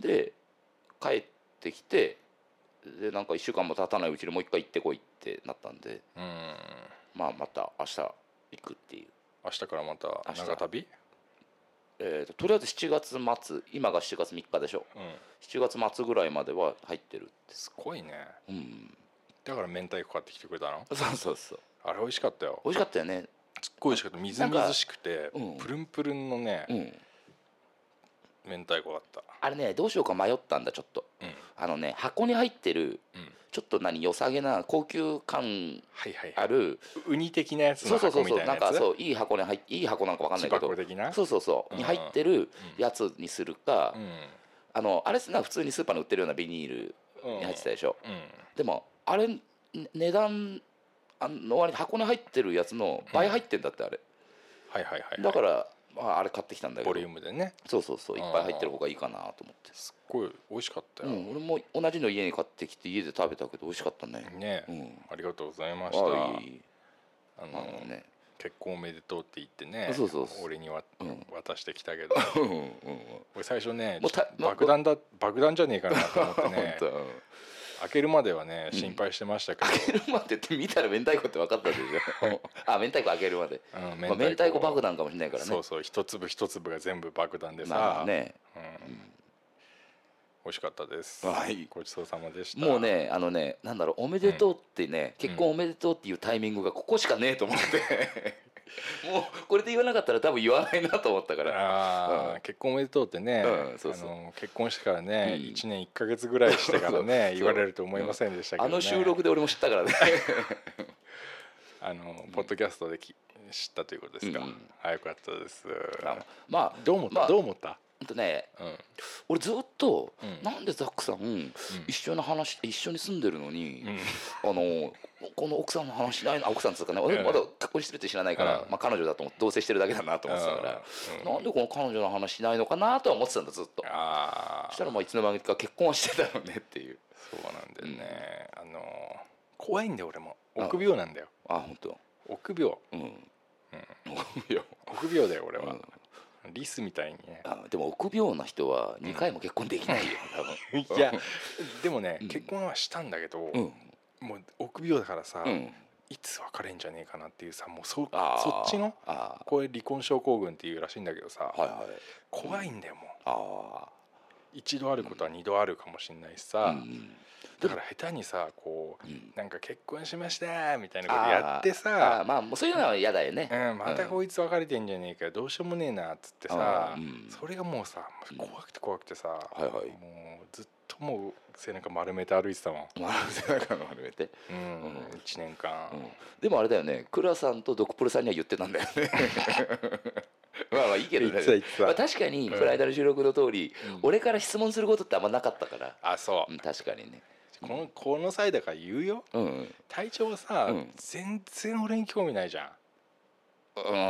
で帰ってきてでなんかいっしゅうかんも経たないうちにもういっかい行ってこいってなったんで、うん、まあまた明日行くっていう。 明日からまた長旅、 えー、と, とりあえずしちがつまつ、今がしちがつみっかでしょ、うん、しちがつまつぐらいまでは入ってるって。 すごいね、 うん、 だから明太子買ってきてくれたの。 そうそうそう、 あれ美味しかったよ。 美味しかったよね。 すっごい美味しかった。みずみずしくて、うん、プルンプルンのね、うん、明太子だった。あれね、どうしようか迷ったんだちょっと、うん、あのね箱に入ってる、うん、ちょっと何良さげな高級感ある、はいはいはい、 ウニ的なやつの箱みたいなやつ。 そうそうそう、なんかそういい箱に入って、いい箱なんか分かんないけど、そうそうそう、うん、に入ってるやつにするか、うん、あのあれなんか普通にスーパーに売ってるようなビニールに入ってたでしょ、うんうん、でもあれ値段あの割に箱に入ってるやつの倍入ってんだってあれ、 うん、はいはいはい、はい、 だから、まあ、あれ買ってきたんだけどボリュームでね。 そうそうそう、いっぱい入ってる方がいいかなと思って。 すっごい美味しかったよ、うん、 俺も同じの家に買ってきて家で食べたけど美味しかったね。 ね、うん、ありがとうございました。あいあの、ね、結婚おめでとうって言ってね、そうそうそう、俺には、うん、渡してきたけどうん、うん、俺最初ね爆弾だ爆弾じゃねえかなと思ってね開けるまではね心配してましたけど、うん、 開けるまでって見たら明太子って分かったでしょあ、明太子開けるまで、うん、明太子、まあ、明太子爆弾かもしれないからね。 そうそう、一粒一粒が全部爆弾でさ、 まあね、 うん、美味しかったです、 はい、 ごちそうさまでした。 もうね、あのね、なんだろう、おめでとうってね、うん、結婚おめでとうっていうタイミングがここしかねえと思ってもうこれで言わなかったら多分言わないなと思ったから。 あ、うん、結婚おめでとうってね、うん、そうそう、あの結婚してからね、うん、いちねんいっかげつぐらいしてからね言われると思いませんでしたけどね。 あの収録で俺も知ったからねあのポッドキャストでき知ったということですか、うん、あ、よかったです。 あ、まあどう思った、まあ、どう思ったほんとね、うん、俺ずっと、うん、なんでザックさん、うん、一緒に話一緒に住んでるのに、うん、あのこの奥さんの話しないの、奥さんつうかね、俺まだ結婚してるって知らないから、うん、まあ、彼女だと思って同棲してるだけだなと思ってたから、うん、なんでこの彼女の話しないのかなとは思ってたんだずっと。あ、そしたらまあいつの間にか結婚はしてたのねっていう。 そうなんだよね、うん、あの怖いんだよ俺も。臆病なんだよ。 ああ、本当。 臆病、うん、うん、 臆病臆病だよ俺は、うん、リスみたいにね。 あ、でも臆病な人はにかいも結婚できないよ、 うん、多分いやでもね、うん、結婚はしたんだけど、うん、もう臆病だからさ、うん、いつ別れんじゃねえかなっていうさ、もう そ, そっちのこれ離婚症候群っていうらしいんだけどさ、はいはい、怖いんだよもう。あ、一度あることは二度あるかもしれないしさ、うん、だから下手にさこう、うん、なんか結婚しましたみたいなことやってさ、 ああ、まあもうそういうのは嫌だよね、 うん、またこいつ別れてんじゃねえかどうしようもねえなっつってさ、うん、それがもうさ怖くて怖くてさ、うん、はいはい、もうずっともう背中丸めて歩いてたもん。 背中丸めて、 うん、うん、いちねんかん、うん、 でもあれだよね、倉さんとドクプルさんには言ってたんだよねまあまあいいけどね、まあ、確かにこの間の収録の通り、うん、俺から質問することってあんまなかったから。 あ、そう、 うん、確かにね。 このこの際だから言うよ、うん、体調はさ、うん、全然俺に興味ないじゃん。うん、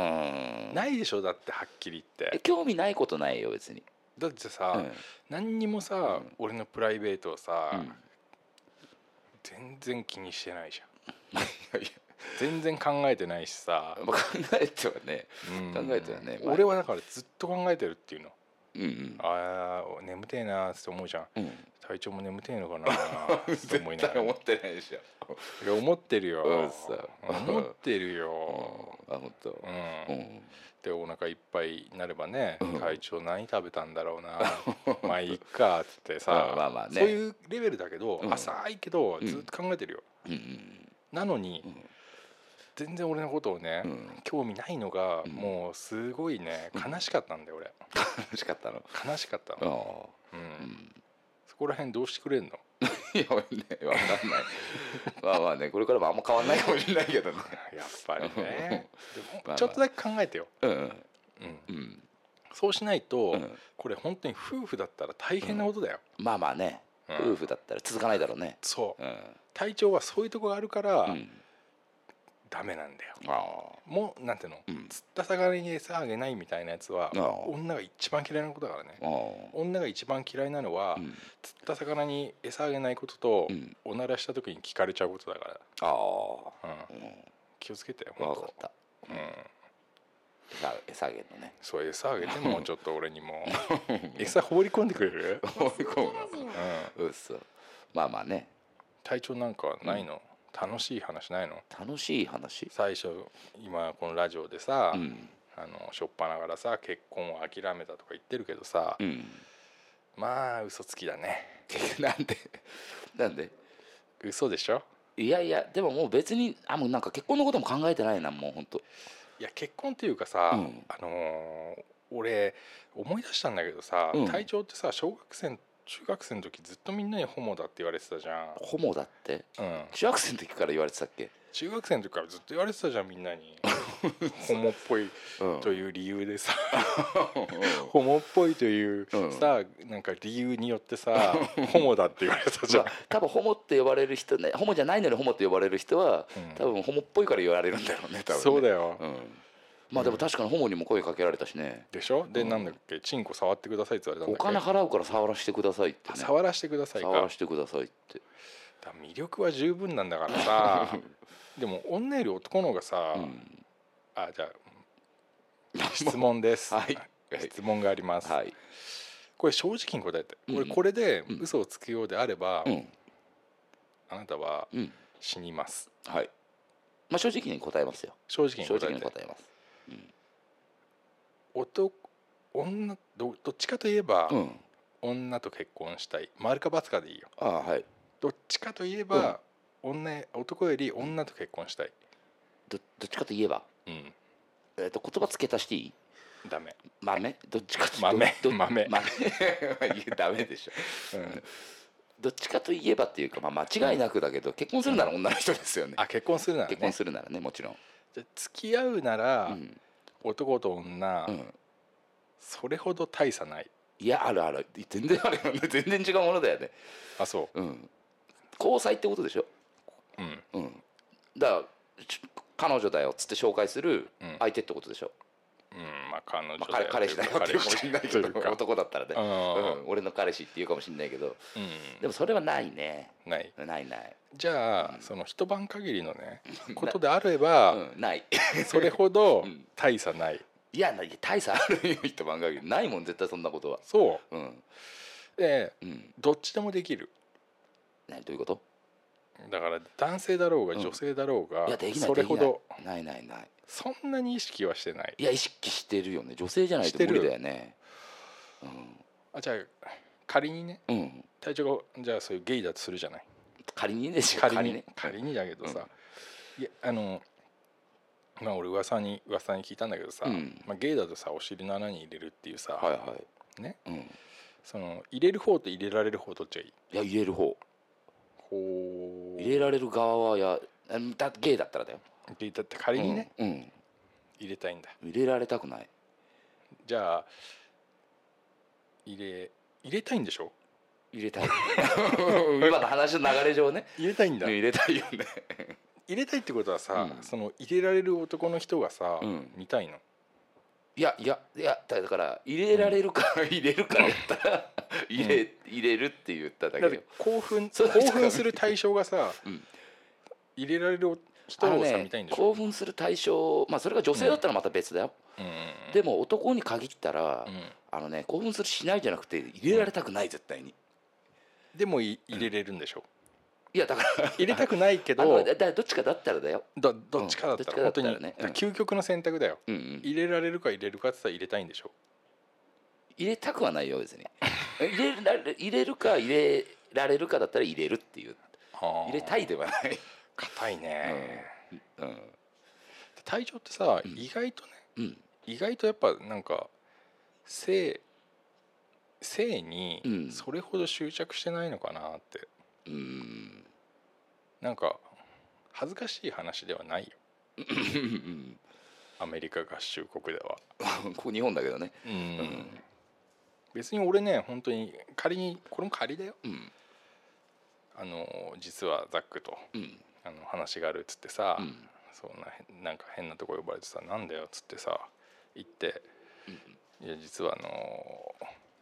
ないでしょだってはっきり言って。 興味ないことないよ別に。 だってさ、うん、何にもさ、うん、俺のプライベートをさ、うん、全然気にしてないじゃん全然考えてないしさ、 まあ、考えてはね、うん、考えてはね、 俺はだからずっと考えてるっていうの、うんうん、ああ眠てえなって思うじゃん、うん、体調も眠てえのかなって思いながら思ってないでしょ。いや思ってるよ、思ってるよ、 うん、あ本当、うん、うん、 でお腹いっぱいになればね、うん、体調何食べたんだろうなまあいいかっつってさ、まあまあね、そういうレベルだけど、うん、浅いけどずっと考えてるよ、うんうん、なのに、うん、全然俺のことをね、うん、興味ないのが、うん、もうすごいね悲しかったんだよ俺悲しかったの悲しかったの、うんうん、そこら辺どうしてくれんのいやね、分かんないまあまあね、これからもあんま変わんないかもしれないけどねやっぱりねでもちょっとだけ考えてよ、うんうんうん、 そうしないと、 うん、 これ本当に夫婦だったら大変なことだよ、 うん、まあまあね、うん、夫婦だったら続かないだろうね。 そう、 うん、 体調はそういうところがあるから、うん、ダメなんだよ。 あもうなんていうの、うん、釣った魚に餌あげないみたいなやつは女が一番嫌いなことだからね。女が一番嫌いなのは、うん、釣った魚に餌あげないことと、うん、おならした時に聞かれちゃうことだから。あ、うん、気をつけてよ本当。分かった、うん、 餌あげるのね。 そう、餌あげてもちょっと俺にも餌放り込んでくれる？ 放り込むの、うん、うっそ。まあまあね。 体調なんかないの？うん、楽しい話ないの？ 楽しい話？ 最初今このラジオでさ、うん、あのしょっぱながらさ結婚を諦めたとか言ってるけどさ、うん、まあ嘘つきだね。 なんでなんで嘘でしょ？ いやいやでももう別にあもうなんか結婚のことも考えてないなもう本当。 いや結婚っていうかさ、うん、あのー、俺思い出したんだけどさ、うん、隊長ってさ小学生中学生の時ずっとみんなにホモだって言われてたじゃん。 ホモだって、うん、中学生の時から言われてたっけ？中学生の時からずっと言われてたじゃんみんなにホモっぽいという理由でさ、うん、ホモっぽいというさ、うん、なんか理由によってさホモだって言われたじゃん、まあ、 多分ホモって呼ばれる人ね、ホモじゃないのにホモって呼ばれる人は、うん、多分ホモっぽいから言われるんだろうね多分ね。 そうだよ、うん、 まあでも確かにホモにも声かけられたしね。 でしょ。で、うん、なんだっけチンコ触ってくださいって言われたんだっけ。 お金払うから触らせてくださいって、ね、 触らせてくださいか触らせてくださいって。 だ魅力は十分なんだからさでも女より男の方がさ、うん、あじゃあ質問です、はい、質問があります、はい、これ正直に答えて、うん、俺これで嘘をつくようであれば、うん、あなたは死にます、 うん、はい、まあ正直に答えますよ。 正直に答えて、 正直に答えます、うん、 男女 ど, どっちかといえば、うん、女と結婚したい丸か×かでいいよ。 ああ、はい。 どっちかといえば、うん、女男より女と結婚したい。 ど, どっちかといえば、うん、えー、と言葉付け足していい？ ダメ。 豆どっちかと豆豆豆ダメでしょ、うん、どっちかといえばっていうか、まあ、間違いなくだけど、うん、結婚するなら女の人ですよね、 うん、あ結婚するならね。 結婚するならね、もちろん。 じゃ付き合うなら、うん、男と女、うん、それほど大差ない。 いやあるある、全然あるよね。全然違うものだよね。 あそう、 うん、交際ってことでしょ。うん、うん、だから彼女だよっつって紹介する相手ってことでしょ。 うん、まあ彼女だよ、 まあ、彼氏だよって言うかもしれないけど男だったらね、うん、俺の彼氏って言うかもしれないけど、うん、でもそれはないね。 ないないないじゃあ、うん、その一晩限りのねことであれば、 うん、ないそれほど大差ない、 いや大差あるよ。一晩限りないもん絶対そんなことは。 そう、 うん、 で、うん、どっちでもできる。 何どういうこと？ だから男性だろうが女性だろうが、うん、いやできないそれほどないないないそんなに意識はしてない。 いや意識してるよね。女性じゃないと無理だよね、うん、 あじゃあ仮にね、うん、体調がじゃあそういうゲイだとするじゃない。 仮にですよ。 仮に、ね、仮にだけどさ、うん、いやあのまあ俺噂に噂に聞いたんだけどさ、うんまあ、ゲイだとさお尻の穴に入れるっていうさ、 はいはいね、うん、その入れる方と入れられる方どっちがいい？ いや入れる方。 ほ入れられる側はやだゲイだったらだよ。 ゲイだって仮にね、うんうん、入れたいんだ。 入れられたくない。 じゃあ入れ入れたいんでしょ？ 入れたい今の話の流れ上ね入れたいんだ。 入れたいよね入れたいってことはさ、うん、その入れられる男の人がさ、うん、見たいの？ いやいやいやだから入れられるか、うん、入れるかだったら入れ、うん、入れるって言っただけよ。 興奮興奮する対象がさ、うん、入れられる人をさ、ね、見たいんでしょ。 興奮する対象、まあそれが女性だったらまた別だよ、うん、でも男に限ったら、うん、あのね興奮するしないじゃなくて入れられたくない、絶対に。 でも入れれるんでしょ、 うん、いやだから入れたくないけどだだどっちかだったらだよ。 どどっちかだったら、うん、本当に、ね、究極の選択だよ、うんうん、入れられるか入れるかって言ったら入れたいんでしょ。 入れたくはないよ別に入れる入れるか入れられるかだったら入れるっていう入れたいではない。 硬いね、うんうん、体調ってさ、うん、意外とね、うん、意外とやっぱなんか性性にそれほど執着してないのかなって、うん、なんか恥ずかしい話ではないよアメリカ合衆国ではここ日本だけどね、 うん、うん、別に俺ね本当に仮にこれも仮だよ、うん、あの実はザックと、うん、あの話があるっつってさ、うん、そうななんか変なとこ呼ばれてさなんだよっつってさ行って、うん、いや実はあの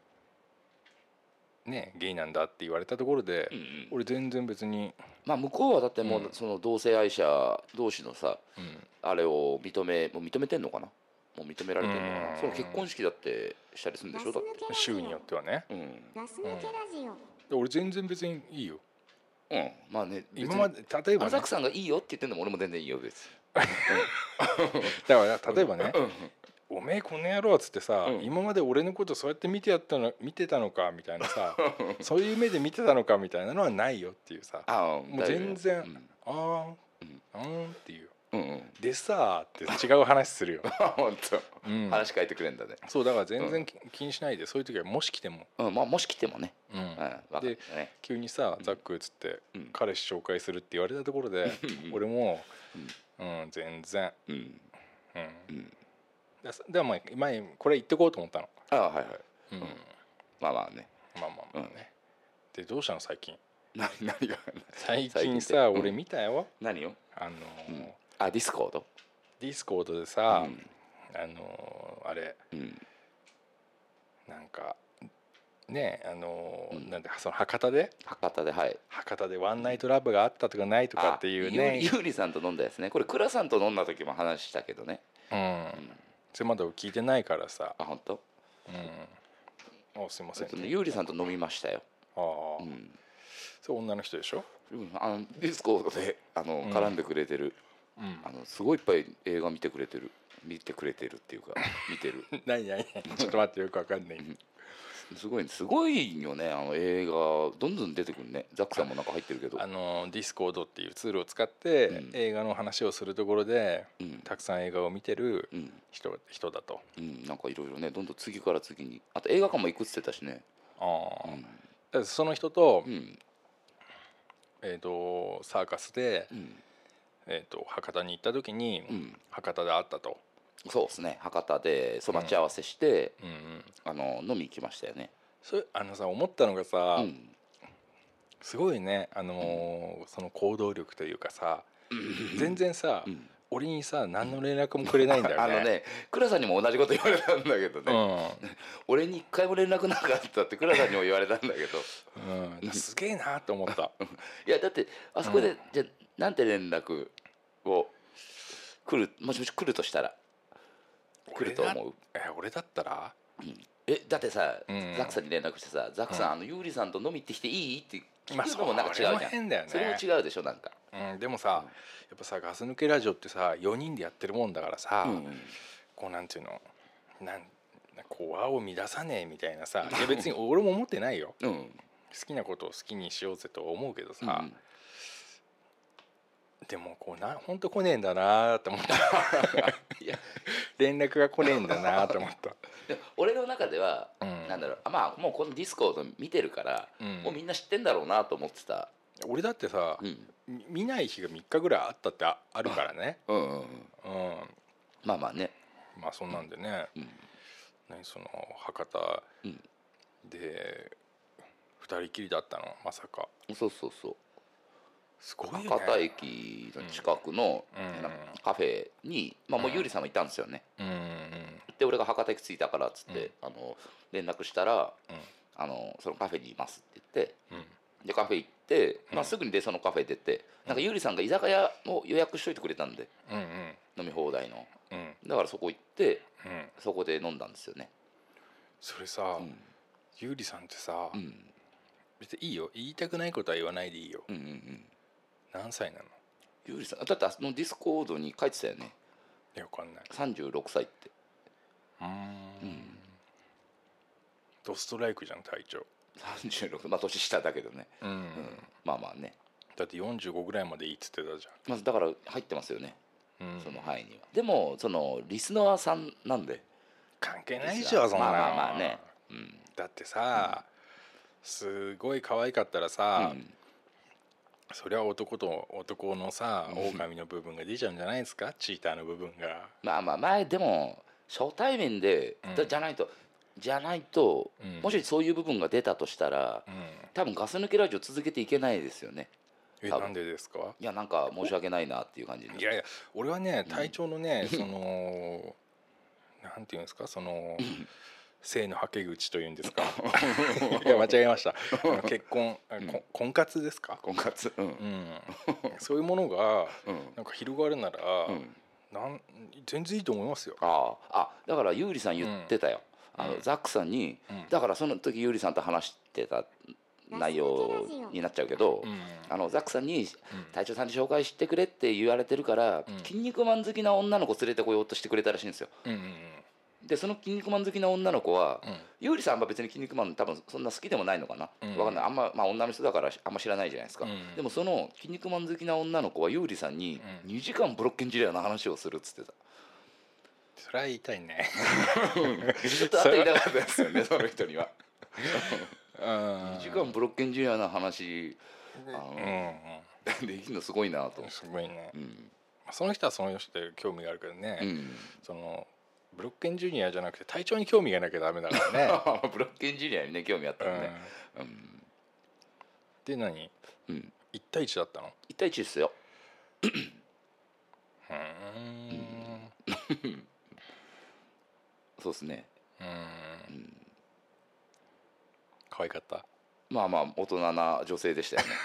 ねゲイなんだって言われたところで、うんうん、俺全然別にまあ向こうはだってもうその同性愛者同士のさ、うん、あれを認めもう認めてんのかなもう認められてんのかなその結婚式だってしたりするんでしょだって州によってはね、うん、ガス抜けラジオ、俺全然別にいいようんまあね今まで例えばねザックさんがいいよって言ってんのも俺も全然いいよ別にだから例えばね、おめえこの野郎っつってさ、うん、今まで俺のことそうやって見てやったの見てたのかみたいなさそういう目で見てたのかみたいなのはないよっていうさもう全然、うん、あーん、うん、あーんっていう、うんうん、でさーって違う話するよ本当、うん、話変えてくれんだねそうだから全然気にしないで、そういう時はもし来ても、 うんまあ、もし来てもね、うんうん、で、ね、急にさザックっつって、うん、彼氏紹介するって言われたところで俺も、うん、うん、全然うん、うんうんでも前これ言ってこうと思ったのああはいはい、うん、まあまあねまあまあまあね、うん、でどうしたの最近何何が最近さ、うん、俺見たよ何をあのーうん、あディスコードディスコードでさ、うん、あのー、あれ、うん、なんかねあのーうん、なんでその博多で博多ではい博多でワンナイトラブがあったとかないとかっていうねゆうりさんと飲んだやつねこれ倉さんと飲んだ時も話したけどねうん、うんそれまだ聞いてないからさあ本当うんおすいません、ね、 ゆうりさんと飲みましたよああ、うん、そう女の人でしょ、 うん、あのディスコードであの、うん、絡んでくれてる、うん、あのすごいいっぱい映画見てくれてる見てくれてるっていうか見てる何何ちょっと待ってよくわかんないすごいすごいよねあの映画どんどん出てくるねザックさんもなんか入ってるけどあのディスコードっていうツールを使って、うん、映画の話をするところで、うん、たくさん映画を見てる人、うん、人だと、 うん、なんかいろいろねどんどん次から次にあと映画館も行くって言ってたしねああ、うん、だその人と、うん、えっ、ー、とサーカスで、うんえー、と博多に行った時に、うん、博多で会ったとそうですね博多でそ待ち合わせして、うんうんうん、あの飲み行きましたよねそれあのさ思ったのがさ、うん、すごいねあのーうん、その行動力というかさ、うん、全然さ、うん、俺にさ何の連絡もくれないんだよねあのね倉さんにも同じこと言われたんだけどね、うん、俺に一回も連絡なかったって倉さんにも言われたんだけど、 うん、すげえなと思ったいやだってあそこで、じゃなんて連絡を来るもしもし来るとしたら来ると思うえ俺だったら、 うん、えだってさ、うん、ザックさんに連絡してさザックさん、うん、あのユーリさんと飲み行ってきていいって聞くのもなんか違うじゃん、まあ、それも変だよねそれも違うでしょなんか、 うん、でもさ、うん、やっぱさガス抜けラジオってさよにんでやってるもんだからさ、うんうん、こうなんていうのなんこう輪を乱さねえみたいなさいや別に俺も思ってないよ、うん、好きなことを好きにしようぜと思うけどさ、うんでもこうな本当来ねえんだなと思ったいや連絡が来ねえんだなと思ったで俺の中では、うん、なんだろうまあもうこのディスコード見てるから、うん、もうみんな知ってんだろうなと思ってた俺だってさ、うん、見ない日がみっかぐらいあったって あ, あるからねうんうんうん、うん、 まあまあねまあそんなんでね、うん、何その博多でふたりきりだったのまさかそうそうそうすごいね、 博多駅の近くのカフェに、うん、まあもうゆうりさんもいたんですよね、うんうん、で俺が博多駅着いたからっつって、うん、あの連絡したら、うん、あのそのカフェにいますって言って、うん、でカフェ行って、まあ、すぐにでそのカフェ出て、うん、なんかゆうりさんが居酒屋を予約しといてくれたんで、うんうん、飲み放題の、うん、だからそこ行って、うん、そこで飲んだんですよねそれさ、うん、ゆうりさんってさ、うん、別にいいよ言いたくないことは言わないでいいよ、うんうんうん何歳なのゆうりさんだってあのディスコードに書いてたよねいやわかんないさんじゅうろくさいってうーん、うん、ドストライクじゃん隊長さんじゅうろくまあ年下だけどね、うんうん、まあまあねだってよんじゅうごぐらいまでいいっつってたじゃんまずだから入ってますよね、うん、その範囲にはでもそのリスナーさんなんで関係ないでしょそんなのまあまあまあね、 うん、だってさ、うん、すごい可愛かったらさ、うんそれは男と男のさ狼の部分が出ちゃうんじゃないですかチーターの部分が。 まあまあ前でも初対面で、うん、じゃないとじゃないと、うん、もしそういう部分が出たとしたら、うん、多分ガス抜けラジオ続けていけないですよね。 えなんでですか。 いやなんか申し訳ないなっていう感じいやいや俺はね隊長のね、うん、そのなんていうんですかその性のはけ口というんですかいや間違えました結婚、うん、婚活ですか婚活、うんうん、 そういうものがなんか広がるなら、うん、なん全然いいと思いますよ。 ああだからゆうりさん言ってたよ、うん、あのザックさんに、うん、だからその時ゆうりさんと話してた内容になっちゃうけど、うん、あのザックさんに隊長さんに紹介してくれって言われてるから、うん、筋肉マン好きな女の子連れてこようとしてくれたらしいんですよ、うんうんうん、でその筋肉マン好きな女の子は、うん、ゆうりさんは別に筋肉マン多分そんな好きでもないのかな、うん、わかんないあんま、まあ、女の人だからあんま知らないじゃないですか、うん、でもその筋肉マン好きな女の子はゆうりさんににじかんブロッケンジュニアの話をするっつってた。 それは言いたいねちょっと会ってみたかったですよねその人にはにじかんブロッケンジュニアの話あの、うん、できるのすごいなと。 すごいね、うん、その人はその人で興味があるけどね、うん、そのブロッケンジュニアじゃなくて隊長に興味がなきゃダメだからねブロッケンジュニアにね興味あったのね、うんうん、 で何、うん、いち対いちだったの。 いち対いちですよふーんそうですね。 うん、うん可愛かった。 まあまあ大人な女性でしたよね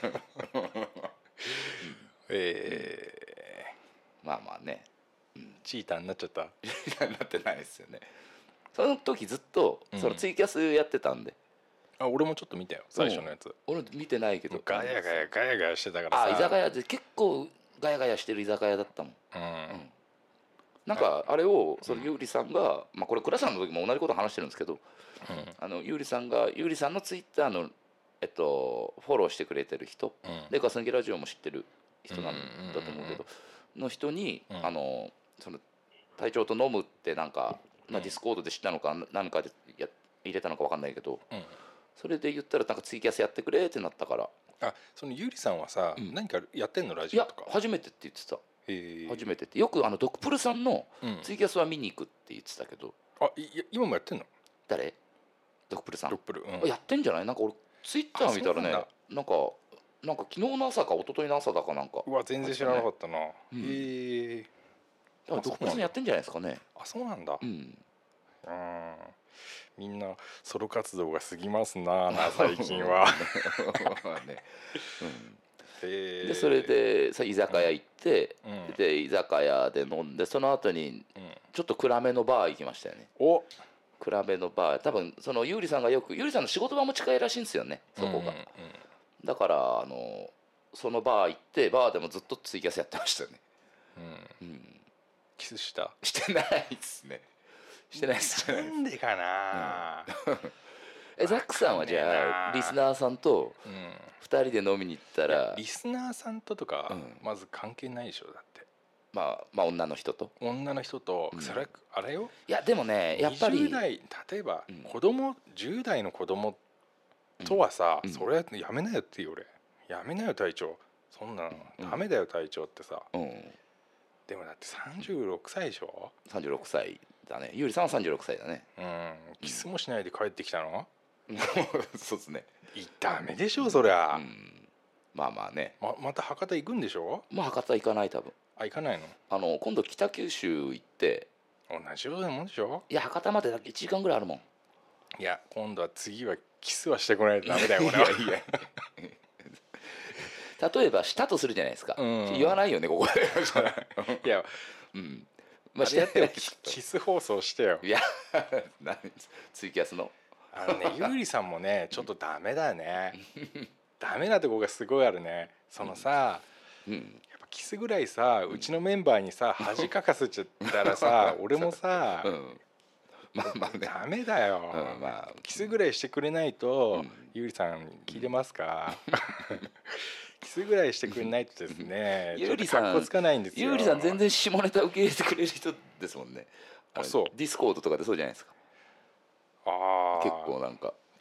えー、まあまあね、 うん、チーターになっちゃったチーターになってないですよね。その時ずっとそのツイキャスやってたんで、 うん、あ俺もちょっと見たよ最初のやつ。 俺見てないけどガヤガヤガヤガヤしてたからさ。 あ居酒屋で結構ガヤガヤしてる居酒屋だったもん、うんうん、なんかあれをそのゆうりさんが、まあ、これ倉さんの時も同じこと話してるんですけど、うん、あのゆうりさんがゆうりさんのツイッターの、えっと、フォローしてくれてる人、うん、でガス抜きラジオも知ってる人なんだと思うけど、の人に、うん、あのその隊長と飲むってなんか、まあ、ディスコードで知ったのか何かでや入れたのか分かんないけど、うん、それで言ったらなんかツイキャスやってくれってなったから。 あそのゆうりさんはさ、うん、何かやってんのラジオとか。 いや初めてって言ってた。初めてってよくあのドクプルさんのツイキャスは見に行くって言ってたけど、 うん、あい今もやってんの。 誰ドクプルさん。 ドクプル、うん、 やってんじゃない。なんか俺ツイッター見たらねなんかなんか昨日の朝か一昨日の朝だかなんか。 うわ全然知らなかったな、ねうん、へえドクプルさんやってんじゃないですかね。 あそうなんだ。 うん、 うんみんなソロ活動が過ぎますな最近はねうんでそれでさ居酒屋行って、うん、で居酒屋で飲んでその後にちょっと暗めのバー行きましたよね、 うん、お暗めのバー多分そのゆうりさんがよくゆうりさんの仕事場も近いらしいんですよねそこが、うんうんうん、だからあのそのバー行ってバーでもずっとツイキャスやってましたね、 うんうん、キスしたしてないですねしてないですなんでかな、 うんえザックさんはじゃあリスナーさんとふたりで飲みに行ったら、 リスナーさんととかまず関係ないでしょだって、 まあまあ女の人と女の人と、うん、それあれよいやでもねやっぱりにじゅう代例えば子供、うん、じゅう代の子供とはさ、うん、それやめなよって言う俺やめなよ隊長そんなの、うん、ダメだよ隊長ってさ、うん、でもだってさんじゅうろくさいでしょさんじゅうろくさいだねゆうりさんはさんじゅうろくさいだねうんキスもしないで帰ってきたのそうですねダメでしょそりゃ、うん、 まあまあねま, また博多行くんでしょ。 まあ博多行かない多分。 あ行かないの。 あの今度北九州行って同じようなもんでしょ。 いや博多までだけいちじかんぐらいあるもん。 いや今度は次はキスはしてこないとダメだよ俺は。いやいや例えばしたとするじゃないですか、うん、言わないよねここでいやうんまあしてやってよキス放送してよ。 いや何ツイキャスのあのねゆうりさんもねちょっとダメだねダメなとこがすごいあるねそのさ、うんうん、やっぱキスぐらいさうちのメンバーにさ恥かかせちゃったらさ俺もさ、うん、まあまあねダメだよ、うんまあ、キスぐらいしてくれないと、うん、ゆうりさん聞いてますか、うん、キスぐらいしてくれないとですねゆうりさんちょっとかっこつかないんですよ。 ゆうりさん全然下ネタ受け入れてくれる人ですもんね。 あそうディスコードとかでそうじゃないですか。 あ結構なんか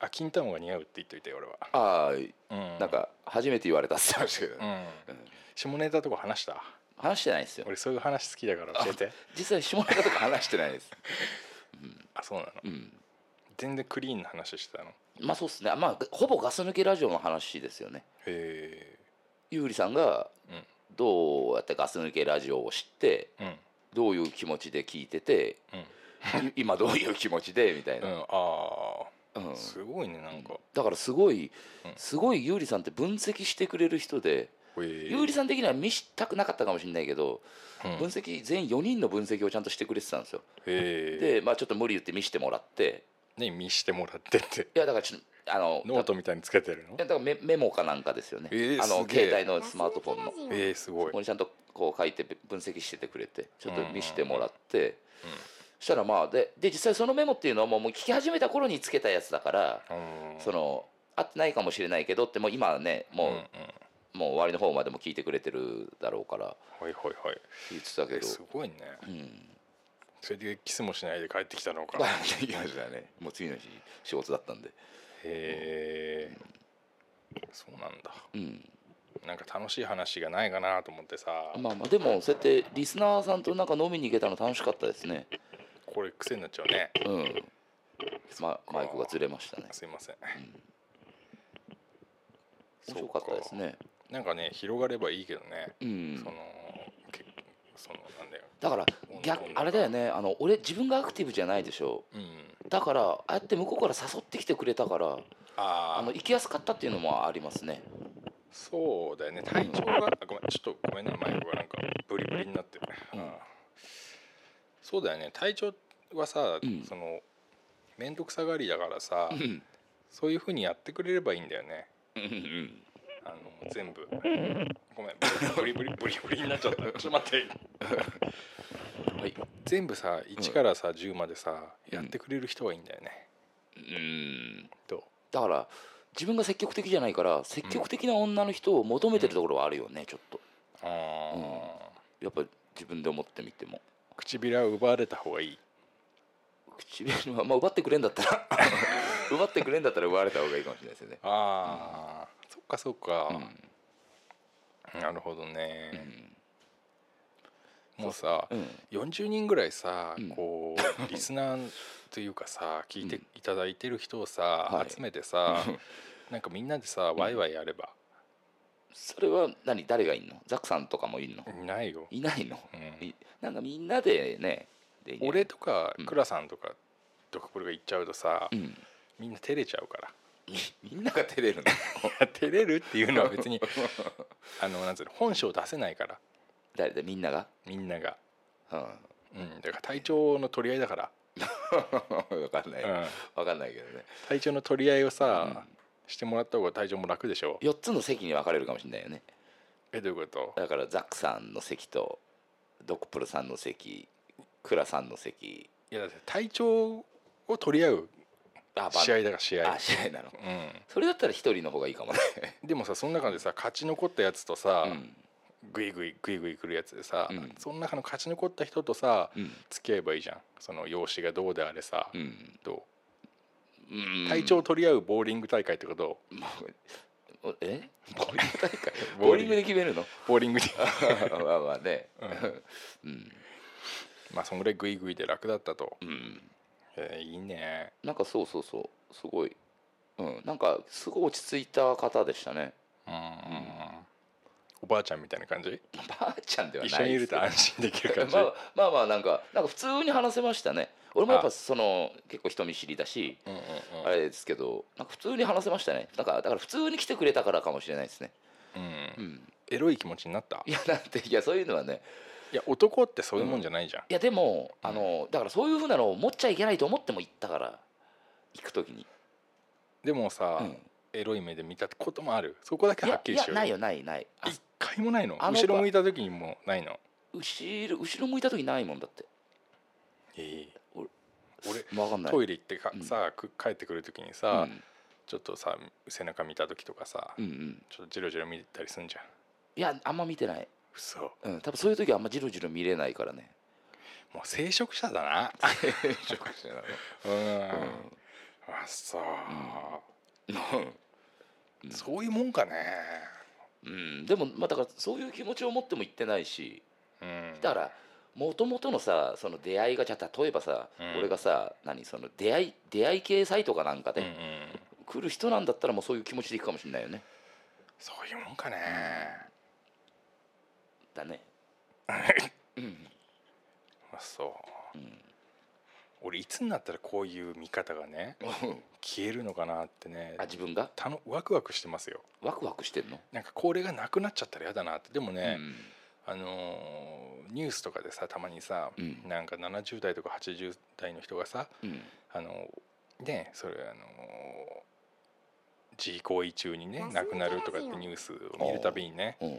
あ金玉が似合うって言っといて俺は。 ああ、 うん、 なんか初めて言われたって言ってましたけど、 うんうん、下ネタとか話した？ 話してないですよ。 俺そういう話好きだから教えて。 実際下ネタとか話してないです、 うん、あそうなの、 うん、 全然クリーンな話してたの？ まあそうっすね、まあほぼガス抜けラジオの話ですよね。 へえ。 ゆうりさんがどうやってガス抜けラジオを知って、うん、どういう気持ちで聞いてて、うん、今どういう気持ちでみたいな、うん、ああ、うん、すごいねなんか。 だからすごいすごいゆうりさんって分析してくれる人で、ゆうりさん的には見したくなかったかもしれないけど、うん、分析全員よにんの分析をちゃんとしてくれてたんですよ。でまあちょっと無理言って見してもらって。 ね、見してもらってって。 いやだからちょっとあのノートみたいにつけてるの？いやだから メ, メモかなんかですよね、 えー、 あの携帯のスマートフォンの。 えー、すごい。 ここにちゃんとこう書いて分析しててくれてちょっと見してもらって、うんうん、そしたらまあ で, で実際そのメモっていうのはもうもう聞き始めた頃につけたやつだから、うん、その合ってないかもしれないけどってもう今はねもう、うんうん、もう終わりの方までも聞いてくれてるだろうから、はいはいはい、言ってたけど、 すごいね、うん、それでキスもしないで帰ってきたのか。 行きましたね、もう次の日仕事だったんで。へえ、うん、そうなんだ、うん、なんか楽しい話がないかなと思ってさ。 まあまあでもそうやってリスナーさんとなんか飲みに行けたの楽しかったですね。 これ癖になっちゃうね。うん、 ま、マイクがずれましたね。 すいません、うん、 面白かったですね。 なんかね広がればいいけどね、うん、そのそのなんだよだから逆あれだよね、あの俺自分がアクティブじゃないでしょ、うん、だからああやって向こうから誘ってきてくれたからああの行きやすかったっていうのもありますね。 そうだよね、体調がごめんちょっとごめんねマイクがなんかブリブリになってる、うん、そうだよね、体調はさ、うん、その面倒くさがりだからさ、うん、そういう風にやってくれればいいんだよね、うんうん、あの全部ごめんブリブリブリブリになっちゃったちょっと待ってはい、全部さいちからさじゅうまでさ、うん、やってくれる人はいいんだよね。うん、 どうだから自分が積極的じゃないから積極的な女の人を求めてるところはあるよね、ちょっと。あ、うん、やっぱり自分で思ってみても唇は奪われた方がいい。 唇はまあ奪ってくれんだったら奪ってくれんだったら奪われた方がいいかもしれないですよね。 ああ、うん、そっかそっか、うん、なるほどね、うん、もうさ、うん、よんじゅうにんぐらいさ、うん、こうリスナーというかさ聞いていただいてる人をさ、うん、集めてさ、はい、なんかみんなでさワイワイやれば、 それは何誰がいんの？ザックさんとかもいんの？ いないよ。 いないの、うん、なんかみんなでね、で俺とかクラさんとかドクプルが行っちゃうとさ、うん、みんな照れちゃうからみんなが照れるの照れるっていうのは別にあのなんつうの本性出せないから。 誰でみんながみんなが、うんうん、だから体調の取り合いだから分かんない、うん、分かんないけどね、 体調の取り合いをさ、うん、してもらった方が体調も楽でしょ。 よっつの席に分かれるかもしれないよね。 えどういうこと？ だからザックさんの席とドクプルさんの席、クラさんの席。いやだって体調を取り合う試合だから試合。 あ試合なの、うん、それだったら一人の方がいいかもねでもさその中でさ勝ち残ったやつとさ、うん、グイグイグイグイ来るやつでさ、うん、その中の勝ち残った人とさ、うん、付き合えばいいじゃん。その容姿がどうであれさ、うん、どう、うん、体調を取り合うボーリング大会ってこと？ えボーリング大会ボーリングで決めるの？ ボーリングでまあまあね、 うんうん、まあそんぐらいグイグイで楽だったと、うんえー、いいね。 なんかそうそうそうすごい、うん、なんかすごい落ち着いた方でしたね。うん、うん、 おばあちゃんみたいな感じ？ おばあちゃんではないです一緒にいると安心できる感じまあまあまあなんかなんか普通に話せましたね。俺もやっぱその結構人見知りだし、うんうんうん、あれですけどなんか普通に話せましたね。なんかだから普通に来てくれたからかもしれないですね。うん、うん、 エロい気持ちになった？ いやなんていやそういうのはね、 いや男ってそういうもんじゃないじゃん、うん、 いやでもあのだからそういう風なのを持っちゃいけないと思っても行ったから行く時に。 でもさ、うん、エロい目で見たこともある？そこだけはっきりしよう。 いやいやないよないない。 一回もないの？後ろ向いた時にもないの？ 後ろ後ろ向いた時ないもんだって。 ええー、俺トイレ行ってか、うん、さ帰ってくる時にさ、うん、ちょっとさ背中見た時とかさ、うんうん、ちょっとジロジロ見たりすんじゃん。 いやあんま見てない。 嘘。 うん、多分そういう時はあんまジロジロ見れないからね。 もう聖職者だな。 聖職者なの。うん、うん、 あそう、 うん、 そういうもんかね。 うん、でもまあだからそういう気持ちを持っても言ってないし、 うん、 だからもともとのさその出会いがじゃあ例えばさ、うん、俺がさ何その出会い出会い系サイトかなんかで、うんうん、来る人なんだったらもうそういう気持ちでいくかもしれないよね。 そういうもんかね、 うん、だねうん、 あそう、うん、俺いつになったらこういう見方がね消えるのかなってね。 あ自分がたのワクワクしてますよ。 ワクワクしてんの？ なんかこれがなくなっちゃったら嫌だなって。でもね、うん、あのー、ニュースとかでさたまにさ、うん、なんかななじゅう代とかはちじゅう代の人がさ、うん、あのねそれあのー自慰行為中にね亡くなるとかってニュースを見るたびにね、うんうん、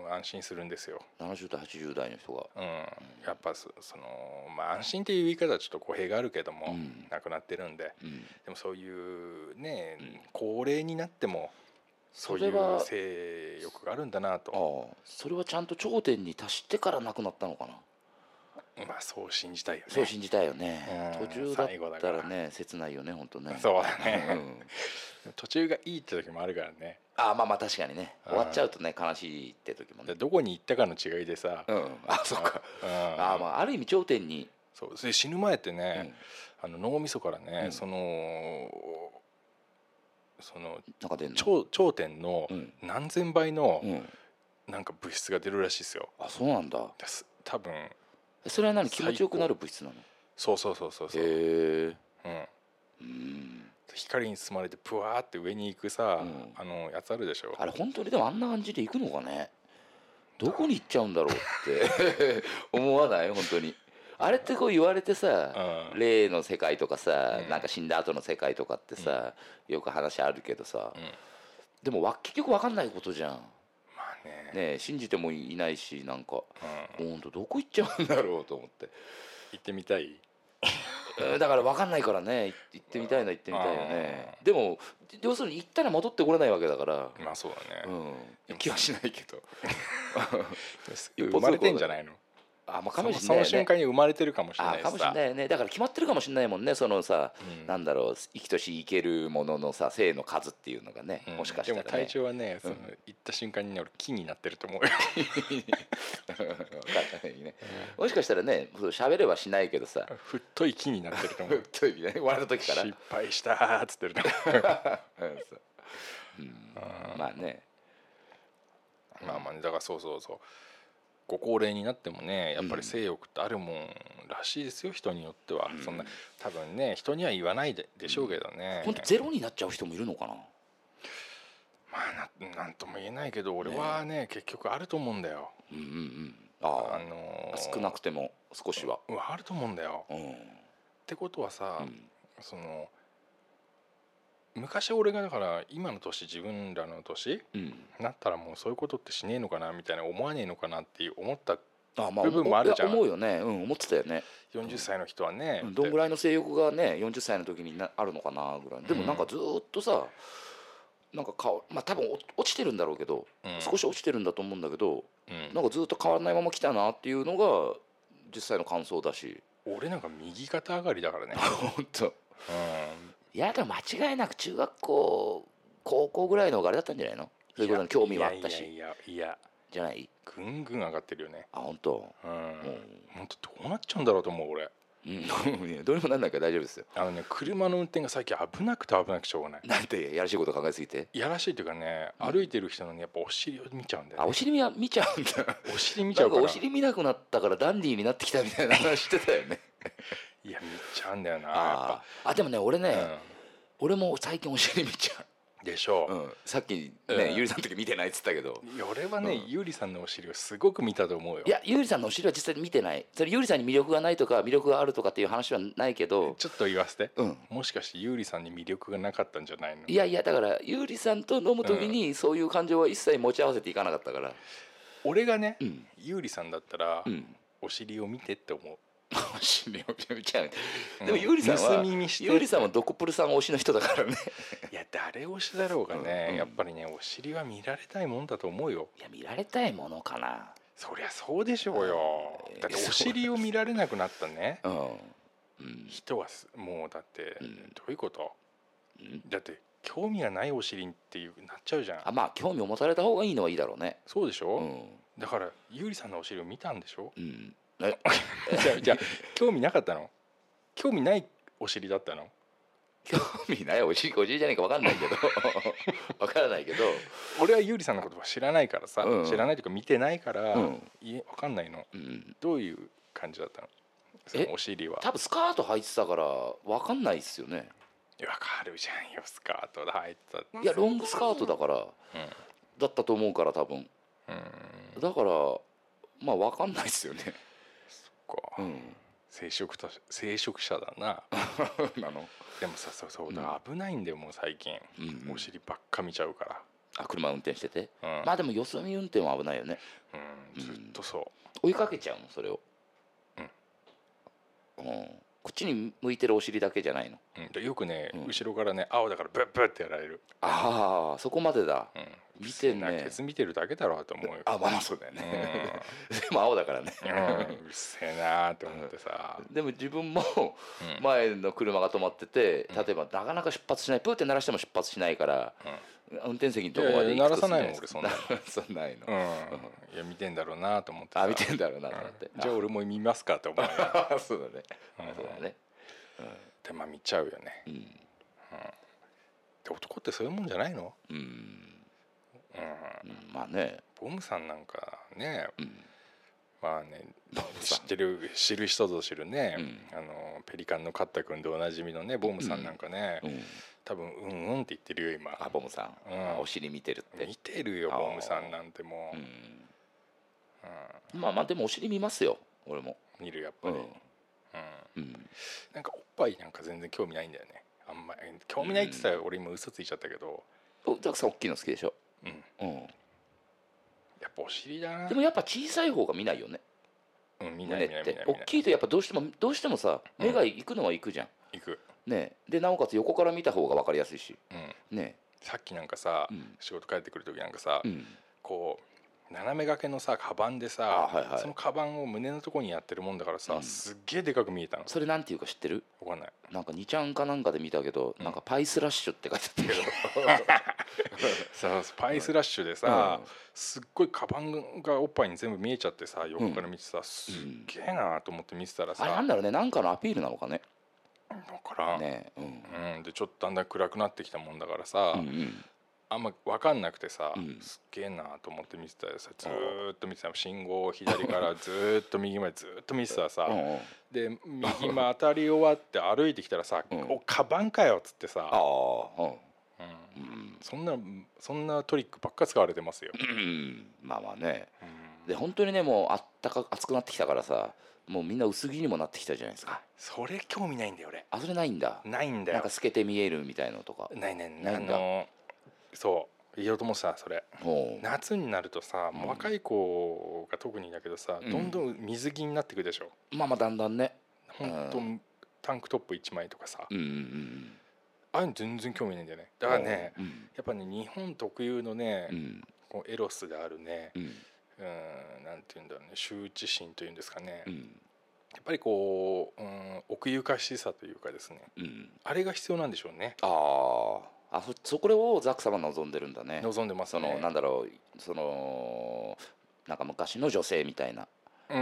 安心するんですよ。 ななじゅう代はちじゅう代の人が、 うん、やっぱ そ, その、まあ、安心っていう言い方はちょっと語弊があるけども、うん、亡くなってるんで、うん、でもそういうね、うん、高齢になってもそういう性欲があるんだなと。 あそれはちゃんと頂点に達してから亡くなったのかな。 まあそう信じたいよね。 そう信じたいよね、うん、途中だったらね切ないよね本当ね。 そうだね、うん、途中がいいって時もあるからね。 あまあまあ確かにね終わっちゃうとね悲しいって時もね。 どこに行ったかの違いでさ、 うん、あそっか、うん、あまあある意味頂点にそうで死ぬ前ってね、うん、あの脳みそからね、うん、そのそのなんか出んの頂, 頂点の何千倍のなんか物質が出るらしいですよ。 あそうなんだ。 多分それは何気持ちよくなる物質なの？ そうそうそうそうそう。へえ、うん、うん光に包まれてプワーって上に行くさ、うん、あのやつあるでしょ。 あれ本当にでもあんな感じで行くのかね。どこに行っちゃうんだろうって思わない本当に。あれってこう言われてさ、うん、霊の世界とかさ、うん、なんか死んだ後の世界とかってさ、うん、よく話あるけどさ、うん、でも結局分かんないことじゃん。ねえ信じてもいないしなんか、うん、ほんとどこ行っちゃうんだろうと思って行ってみたいだから分かんないからね行ってみたいの行ってみたいよね。でも要するに行ったら戻ってこれないわけだから。 まあそうだね、 うん、気はしないけど生まれてんじゃないの。 あまあ、かもしれない、ね、 その瞬間に生まれてるかもしれないしさ。 あかもしれないよね。だから決まってるかもしれないもんねそのさ、うん、なんだろう生きとし生けるもののさ性の数っていうのがね、うん、もしかしたらね。 でも体調はねその、うん、行った瞬間にね俺木になってると思うよ分かんないね、うん、もしかしたらね喋れはしないけどさ太い木になってると思う太い木ね笑った時から失敗したーっつってると思う、 うん、まあねまあまあねだからそうそうそうご高齢になってもねやっぱり性欲ってあるもんらしいですよ人によっては、うん、そんな多分ね人には言わない で, でしょうけどね。 本当ゼロになっちゃう人もいるのかな。 まあ な, なんとも言えないけど俺は ね, ね結局あると思うんだよ。 うんうんうん、あ、あのー、少なくても少しは、 うん、あると思うんだよ、うん、ってことはさ、うん、その昔俺がだから今の年自分らの年、うん、なったらもうそういうことってしねえのかなみたいな思わねえのかなって思った部分もあるじゃん。 あ、まあ、思うよね、うん、思ってたよね。 よんじゅっさいの人はね、 うん、どんぐらいの性欲がねよんじゅっさいの時になあるのかなぐらい。でもなんかずっとさなんかかまあ多分落ちてるんだろうけど、うん、少し落ちてるんだと思うんだけど、うん、なんかずっと変わらないまま来たなっていうのが実際の感想だし。 俺なんか右肩上がりだからね本当。うんいやでも間違いなく中学校高校ぐらいの方があれだったんじゃないの。そういうことに興味はあったし。 いやいやいやじゃない。 ぐんぐん上がってるよね。 あ本当。 うん。本当どうなっちゃうんだろうと思う俺。 うん。どうにもなんないから大丈夫ですよ。 あのね車の運転が最近危なくて危なくてしょうがない。 なんてやらしいこと考えすぎて。 やらしいっていうかね、うん、歩いてる人のねやっぱお尻を見ちゃうんだよ、ね。 あお尻は見ちゃうんだ。 お尻見ちゃうから。 なんかお尻見なくなったからダンディーになってきたみたいな話してたよね。 いや見ちゃうんだよな。 あやっぱあでもね俺ね。うん俺も最近お尻見ちゃうでしょう、 うん、さっきね、うん、ゆりさんの時見てないっつったけど俺はね、うん、ゆりさんのお尻をすごく見たと思うよ。 いやゆりさんのお尻は実際に見てない。それゆりさんに魅力がないとか魅力があるとかっていう話はないけどちょっと言わせて、うん、もしかしてゆりさんに魅力がなかったんじゃないの。 いやいやだからゆりさんと飲む時にそういう感情は一切持ち合わせていかなかったから、うん、 俺がね、うん、ゆりさんだったら、うん、お尻を見てって思う。 お尻を見ちゃう。でもゆりさんはゆりさんはドコプルさん推しの人だからね。 いや誰推しだろうがね、うん、やっぱりねお尻は見られたいもんだと思うよ。 いや見られたいものかな。 そりゃそうでしょうよ。だってお尻を見られなくなったね、うん、 人はもうだって、 うん、 どういうこと、 うん、 だって興味がないお尻っていうなっちゃうじゃん。 あ、まあ興味を持たれた方がいいのはいいだろうね。 そうでしょ、 うん、 だからゆうりさんのお尻を見たんでしょ、 うん、 じゃあじゃあ興味なかったの？興味ないお尻だったの？ 興味ないお尻お尻じゃないか分かんないけど分からないけど、 俺はゆうりさんのことは知らないからさ、 うん、 知らないというか見てないから、 うん、 いえ分かんないの、 うん、 どういう感じだったの？そのお尻は。 多分スカート履いてたから分かんないっすよね。 分かるじゃんよ、スカートで履いてたって。 いやロングスカートだから、うん、だったと思うから多分、うん、だからまあ分かんないっすよね。 そっか、うん、生殖と生殖者だななの。でもさ、そうそう、うん、危ないんだよもう最近、うんうん、お尻ばっか見ちゃうから。あ、 車運転してて、うん、まあでもよそ見運転は危ないよね、 うん、ずっとそう、 追いかけちゃうのそれを、うん、うん、こっちに向いてるお尻だけじゃないの、 うん、よくね、うん、後ろからね青だからブッブッってやられる。 ああそこまでだ、うん、見てんね。 ケツ見てるだけだろうと思うよ。 あ、まあそうだよね、うん、でも青だからね、 うん、うっせえなーって思ってさ、 うん、でも自分も前の車が止まってて、例えばなかなか出発しない、プーって鳴らしても出発しないから、うん、運転席のとこまで行くとするじゃないですか。 いやいや鳴らさないの俺そんなそんないの、うん、 いや見てんだろうなと思ってさ、 あ見てんだろうなと思って、 うん、じゃあ俺も見ますかと思うよそうだね、うん、そうだね、 うん、でまあ見ちゃうよね、うんうん、で男ってそういうもんじゃないの？うん、うんうん、まあね、 ボムさんなんかね、うん、まあね知ってる知る人ぞ知るね、うん、あのペリカンのカッタ君でおなじみのねボムさんなんかね、うんうん、多分うんうんって言ってるよ今。 あ、ボムさん、うん、お尻見てるって。 見てるよボムさんなんてもう、うんうん、まあまあでもお尻見ますよ俺も。 見るやっぱり、うんうん、なんかおっぱいなんか全然興味ないんだよね。あんまり興味ないって言ったら俺今嘘ついちゃったけど、 ザクさん大きいの好きでしょ。うん、うん、 やっぱお尻だな。 でもやっぱ小さい方が見ないよね。 うん、見ない見ない見ない。 大きいとやっぱどうしてもどうしてもさ目が行くのは行くじゃん。 行く。 ね、でなおかつ横から見た方が分かりやすいし、うん、ね。 さっきなんかさ、うん、仕事帰ってくる時なんかさ、うん、こう斜め掛けのさカバンでさ、はいはい、そのカバンを胸のところにやってるもんだからさ、うん、すっげえでかく見えたの。 それなんていうか知ってる？ 分かんない。なんかにちゃんかなんかで見たけど、うん、なんかパイスラッシュって書いてあったけどそうパイスラッシュでさ、うん、すっごいカバンがおっぱいに全部見えちゃってさ、横から見てさ、うん、すっげえなと思って見てたらさ、 あれなんだろうね、なんかのアピールなのかね。 だからん、ね、うんうん、でちょっとだんだん暗くなってきたもんだからさ、うんうん、あんま分かんなくてさ、うん、すっげえなと思って見てたらさ、ずーっと見てた、信号を左からずーっと右までずーっと見てたらさで右またり終わって歩いてきたらさ、うん、おカバンかよっつってさ、あ、うんうん、そんなそんなトリックばっか使われてますよ、うん、 まあまあね、うん、で本当にねもうあったか暑くなってきたからさ、もうみんな薄着にもなってきたじゃないですか。 それ興味ないんだよ俺。 あ、それないんだ。 ないんだよ。 なんか透けて見えるみたいのとか。 ないね、ないんだ。あのそう言おうと思ってさ、それ夏になるとさ、うん、若い子が特にだけどさ、うん、どんどん水着になってくるでしょ。 まあまあだんだんね。 本当、うん、タンクトップいちまいとかさ、うんうんうん、ああいうの全然興味ないんだよね。だからね、うん、やっぱね日本特有のね、うん、こうエロスであるね、うん、うんなんていうんだろうね、羞恥心というんですかね、うん、やっぱりこう、うん、奥ゆかしさというかですね、うん、あれが必要なんでしょうね。 ああ、そそこれをザック様望んでるんだね。 望んでますね。 そのなんだろう、そのなんか昔の女性みたいな、 うん、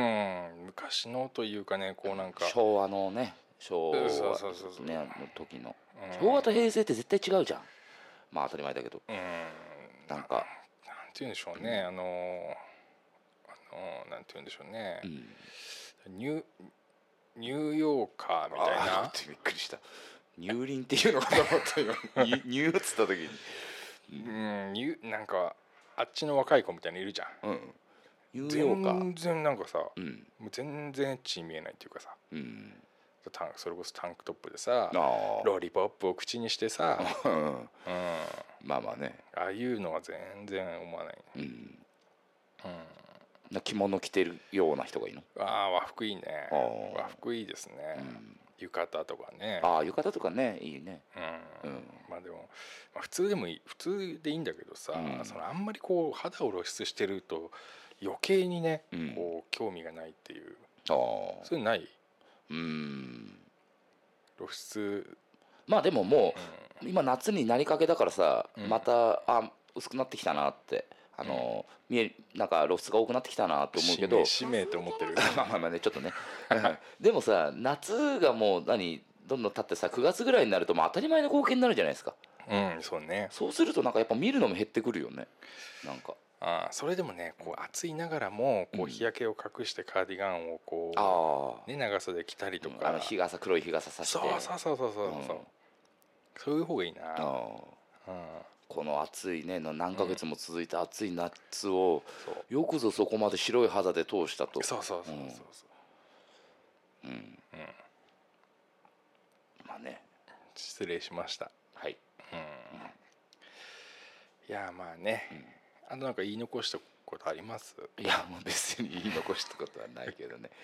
昔のというかね、こうなんか昭和のね、昭和の時の、うん、昭和と平成って絶対違うじゃん。まあ当たり前だけど、うん、なんかなんて言うんでしょうね、あのあのなんて言うんでしょうね、うん、ニュニューヨーカーみたいな。 びっくりした。乳輪っていうのかと思ったよ。ニューっつった時に、 うん、ニュなんかあっちの若い子みたいにいるじゃん、うん、 ニューヨーカー全然なんかさ、うん、もう全然エッチに見えないっていうかさ、うん、それこそタンクトップでさロリポップを口にしてさ、うんうん、 まあまあね、 ああいうのは全然思わない、うんうん、着物着てるような人がいいの？ ああ、和服いいね。和服いいですね、うん、浴衣とかね。 ああ、浴衣とかね、いいね、 うんうん、まあでも、まあ、普通でもいい、普通でいいんだけどさ、うん、そのあんまりこう肌を露出してると余計にね、うん、こう興味がないっていう。ああ、それない？ うん、 露出まあでももう、うん、今夏になりかけだからさ、うん、またあ薄くなってきたなってあの、うん、見えなんか露出が多くなってきたなと思うけど使命って思ってるまあまあねちょっとねでもさ夏がもう何どんどん経ってさくがつぐらいになるともう当たり前の光景になるじゃないですか。 うんそうね。 そうするとなんかやっぱ見るのも減ってくるよね。なんかあそれでもねこう暑いながらもこう日焼けを隠してカーディガンをこう、ね、長袖着たりとか、うん、 あの日傘黒い日傘さしてそうそうそうそうそう、うん、そういう方がいいな。あ、 うん、この暑いねの何ヶ月も続いた暑い夏を、うん、よくぞそこまで白い肌で通したと。 そうそうそうそうそう、うんうん、 まあね失礼しました。 はい、うん、 いやまあね、うん、あとなんか言い残したことあります？ いやもう別に言い残したことはないけどね、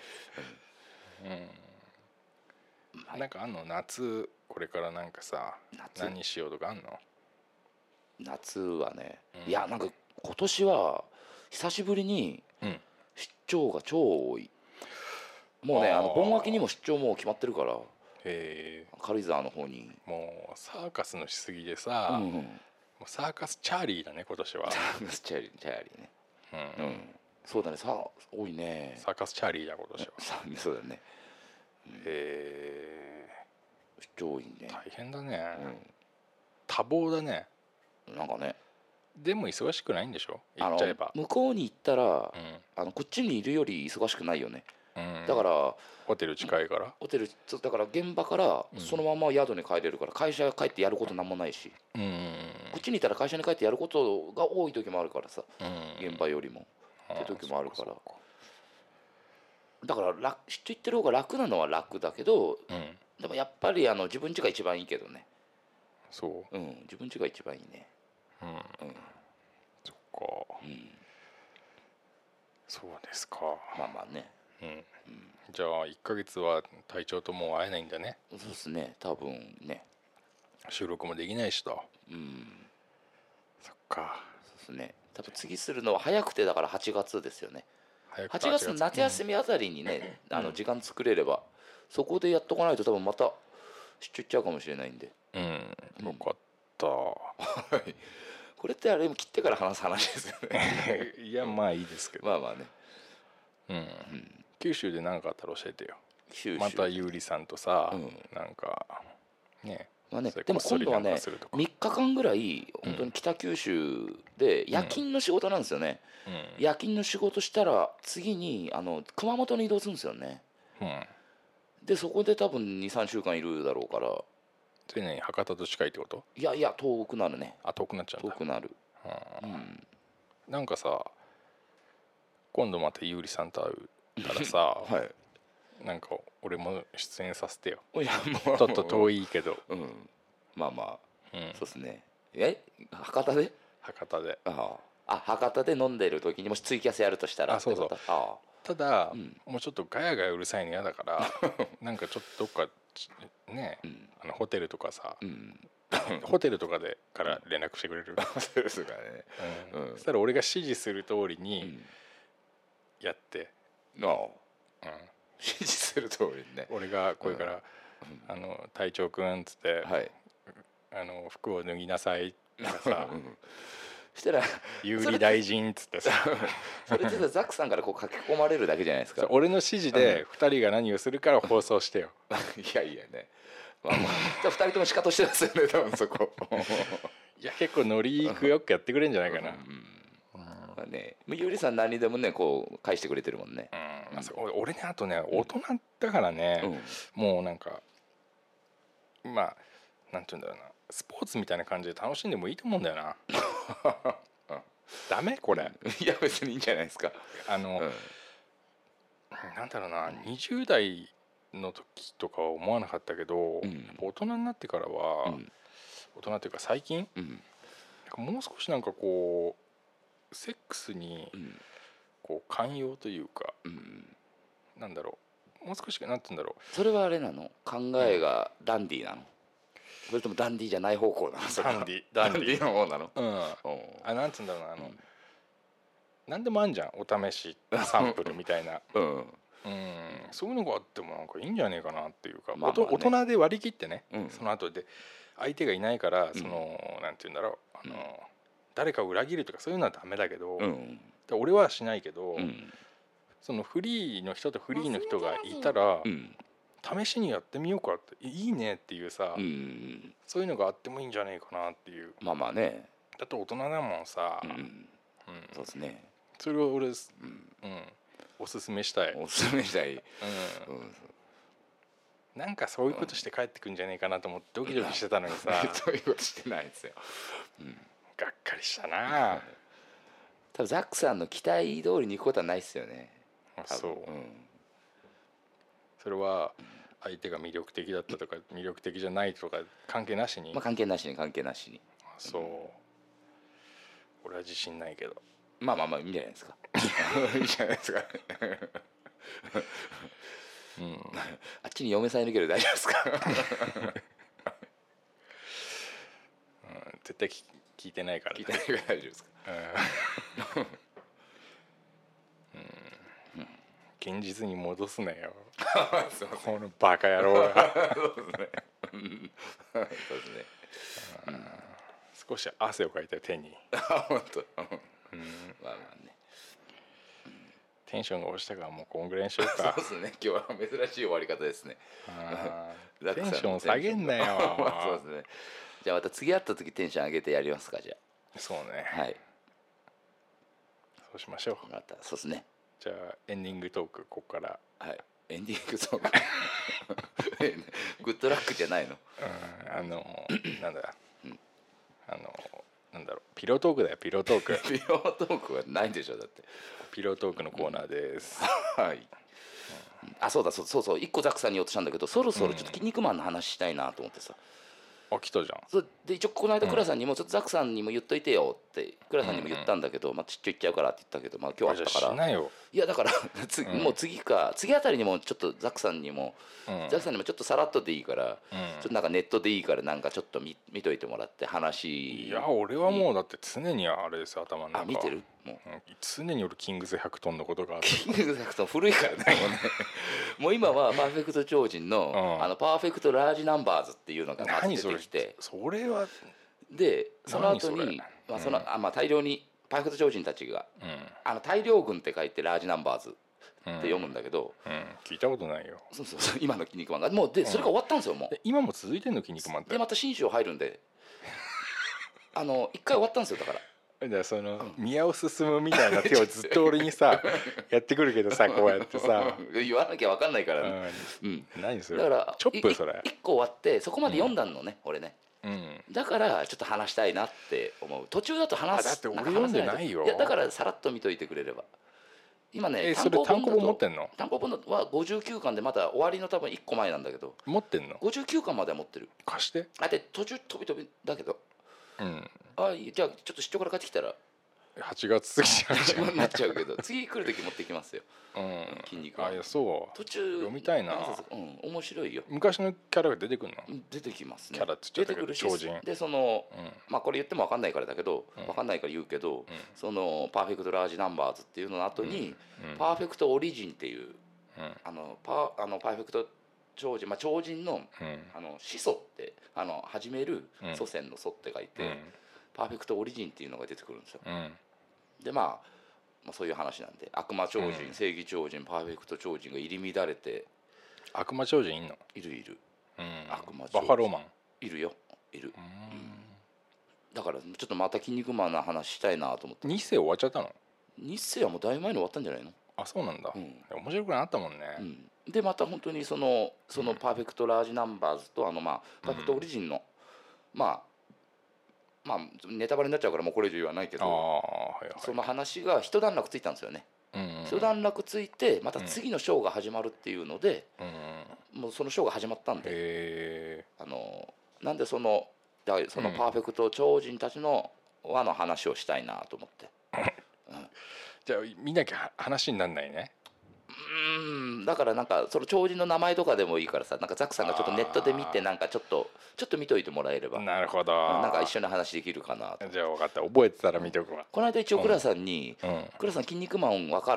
うんうん、なんかあんの夏これからなんかさ何しようとかあんの？ 夏はね、うん、いやなんか今年は久しぶりに出張が超多い、うん、もうねあの盆秋にも出張もう決まってるから、へ軽井沢の方にもうサーカスのしすぎでさ、うんうん、もうサーカスチャーリーだね今年は。 サーカスチャーリーチャーリーね、うん、うん、そうだねさ多いねサーカスチャーリーだ今年はそうだね、 うん、へえ出張多いね。 大変だね、うん、多忙だね。 なんかねでも忙しくないんでしょ行っちゃえば。 向こうに行ったら、うん、あのこっちにいるより忙しくないよね、うん、だからホテル近いからホテルだから現場からそのまま宿に帰れるから会社帰ってやることなんもないし、うん、こっちにいたら会社に帰ってやることが多い時もあるからさ、うん、現場よりもって時もあるから、だから楽出張行ってる方が楽なのは楽だけど、うん、でもやっぱりあの自分家が一番いいけどね。 そう、 うん、自分家が一番いいね。うん、うん、 そっか、うん、そうですか。 まあまあね、 うんうん、じゃあいっかげつは隊長ともう会えないんだね。 そうですね多分ね。 収録もできないしと。うん。そっか。 そうですね多分次するのは早くてだからはちがつですよね。はちがつの夏休みあたりにね、うん、あの時間作れれば、うん、そこでやっとかないと多分また出張行っちゃうかもしれないんで。 うん、よかった。 これってあれも切ってから話す話ですよね。 いやまあいいですけど。 まあまあね。 うん。うん、九州で何かあったら教えてよ。九州またゆうりさんとさ、うん、なんかね。 まあね、でも今度はねみっかかんぐらい本当に北九州で夜勤の仕事なんですよね。うんうん、夜勤の仕事したら次にあの熊本に移動するんですよね。うん、でそこで多分 にさんしゅうかんいるだろうから。 それね博多と近いってこと？ いやいや遠くなるね。 あ遠くなっちゃうんだ。 遠くなる、 うん、なんかさ今度またゆうりさんと会うからさ、はい、なんか俺も出演させてよ。いやもうちょっと遠いけど、 うん、まあまあ、うん、そうですね。え博多で？ 博多でああ博多で飲んでる時にもしツイキャスやるとしたら。 あそうそう。あただ、うん、もうちょっとガヤガヤうるさいの嫌だからなんかちょっとどっかね、うん、あのホテルとかさ、うん、ホテルとかでから連絡してくれる？ そうですかね、 うんうん、そしたら俺が指示する通りにやって、 うん、ああ、うん、指示する通りにね。 俺がこれから、うん、あの隊長くんっつって、はい、あの服を脱ぎなさいとかさ、うんしたら有利大臣っつってさそれってさザックさんからこう書き込まれるだけじゃないですか。 俺の指示でふたりが何をするから放送してよ。 いやいやね、まあまあ、じゃあふたりともシカトしてますよね多分そこ。 いや結構ノリくよくやってくれんじゃないかな。うんうんまあね、ゆりさん何でもねこう返してくれてるもんね。 うんまあ、俺ねあとね大人だからね、うん、もうなんかまあなんていうんだろうなスポーツみたいな感じで楽しんでもいいと思うんだよな。ダメこれ。 いや別にいいんじゃないですか。 あの、うん、なんだろうなにじゅう代の時とかは思わなかったけど、うん、大人になってからは、うん、大人っていうか最近、うん、もう少しなんかこうセックスにこう寛容というか、うん、なんだろうもう少しなんて言うんだろう。それはあれなの考えがダンディーなの？それともダンディーじゃない方向なの？ ダンディダンディーの方なの？うん。 あなんつうんだろうなあの、うん、なんでもあんじゃんお試しサンプルみたいな。うん。 うん、そういうのがあってもなんかいいんじゃねえかなっていうか、 まあまあね、 大人で割り切ってね、 うん、 その後で相手がいないからその、うん、なんて言うんだろう、あの、うん、誰かを裏切るとかそういうのはダメだけど、うん、俺はしないけど、うん、そのフリーの人とフリーの人がいたら、うん、試しにやってみようかっていいねっていうさ、うん、そういうのがあってもいいんじゃねえかなっていう。 まあまあね、 だって大人だもんさ、うんうん、 そうですね、 それを俺、うんうん、おすすめしたいおすすめしたい、うんうん、 なんかそういうことして帰ってくんじゃねえかなと思ってドキドキしてたのにさそういうことしてないですよ、 うん、がっかりしたな多分ザックさんの期待通りに行くことはないですよね。 そう、うん、それは相手が魅力的だったとか魅力的じゃないとか関係なしに、 まあ、関係なしに関係なしに。 そう、うん、俺は自信ないけど、 まあまあまあいいんじゃないですかいいんじゃないですかうん、あっちに嫁さんいるけど大丈夫ですか、 うん、絶対聞いてないから、 ね、聞いてないから大丈夫ですか、うんうん、現実に戻すなよこのバカ野郎がそうですねそうですね、 うん、少し汗をかいたよ手に本当、うん、まあまあね、 テンションが落ちたからもうこんぐらいにしようかそうですね、今日は珍しい終わり方ですねテンション下げんなよそうですね、じゃあまた次会った時テンション上げてやりますか。じゃあそうね、 はい、 そうしましょう。 またそうですね、 じゃあエンディングトークここから、 はい、エンディングトークグッドラックじゃないの、 うん、あのなんだ、うん、あのなんだろう、ピロートークだよ、ピロートークピロートークはないんでしょ、だってピロートークのコーナーです、 うん、はい、うん、あ、そうだそうそうそう、一個ザックさんに言おうとしたんだけど、そろそろちょっと筋肉マンの話したいなと思ってさ、 うん、あ、来たじゃん。 そで一応この間倉さんにもちょっとザックさんにも言っといてよって倉さんにも言ったんだけど、うんうん、まあちっちゃい言っちゃうからって言ったけど、まあ今日あったから、 しないよ。 いやだから次、うん、もう次か次あたりにもちょっとザックさんにも、うん、ザックさんにもちょっとさらっとでいいから、うん、ちょっとなんかネットでいいからなんかちょっと 見, 見といてもらって話。 いや俺はもうだって常にあれです、頭の中。 あ、見てるもう、 うん、常に俺キングスひゃくトンのことがある。 キングスひゃくトン古いからねもうねもう今はパーフェクト超人の、うん、あのパーフェクトラージナンバーズっていうのがまず出てきて、 それ、それはでその後にまあその、うん、あまあ大量にパーフェクト超人たちが、うん、あの大量軍って書いてラージナンバーズって読むんだけど、 うんうん、聞いたことないよ。 そうそうそう、今の筋肉マンがもうでそれが終わったんですよ、もう。 今も続いてんの筋肉マンって。 でまた新章入るんであの一回終わったんですよ。だからだからその、うん、宮尾進みたいな手をずっと俺にさやってくるけどさ、こうやってさ言わなきゃ分かんないから、 ね、うん、何それだからチョップそれいっこ終わってそこまで読んだのね、うん、俺ね、 うん、 だからちょっと話したいなって思う。途中だと話す。 だって俺読んでないよ。 いやだからさらっと見といてくれれば。今ね、 えー、それ単行本持ってんの？ 単行本はごじゅうきゅうかんでまだ終わりの多分いっこまえなんだけど。 持ってんの？ ごじゅうきゅうかんまでは持ってる。 貸して。 あで途中飛び飛びだけど。 うん。 あじゃあちょっと出張から帰ってきたらはちがつ過ぎちゃうじゃんになっちゃうけど次来る時持ってきますよ。 うん、 筋肉。 あいやそう途中読みたいな。 うん面白いよ。 昔のキャラが出てくるの？ 出てきますね。 キャラって言っちゃったけど超人でその、うん、まあこれ言っても分かんないからだけど、うん、分かんないから言うけど、うん、そのパーフェクトラージナンバーズっていうのの後に、うん、パーフェクトオリジンっていう、うん、あのパあのパーフェクト超人、まあ超人の、うん、あの始祖ってあの始める祖先の祖って書いて、うん、パーフェクトオリジンっていうのが出てくるんですよ。うんでまあ、まあそういう話なんで悪魔超人、うん、正義超人パーフェクト超人が入り乱れて。 悪魔超人いんの？ いるいる、 うん、 悪魔超人バッファローマンいるよいる、うん、だからちょっとまた筋肉マンの話したいなと思って。 日世終わっちゃったの？ 日世はもうだいぶ前に終わったんじゃないの？ あそうなんだ、うん、面白くなったもんね、 うん、でまた本当にそのそのパーフェクトラージナンバーズとあのまあパーフェクトオリジンの、うん、まあまあネタバレになっちゃうからもうこれ以上言わないけど、 はいはい、 その話が一段落ついたんですよね、うんうん、一段落ついてまた次のショーが始まるっていうので、うん、もうそのショーが始まったんで、あのなんでそのだそのパーフェクト超人たちの輪の話をしたいなと思って、うん、 じゃあ見なきゃ話にならないね。 うんだからなんかその超人の名前とかでもいいからさ、なんかザックさんがちょっとネットで見てなんかちょっとちょっと見といてもらえれば。 なるほど。 なんか一緒に話できるかなと。 じゃあ分かった、覚えてたら見ておくわ。 この間一応倉さんに「倉さん筋肉マン分かる?」って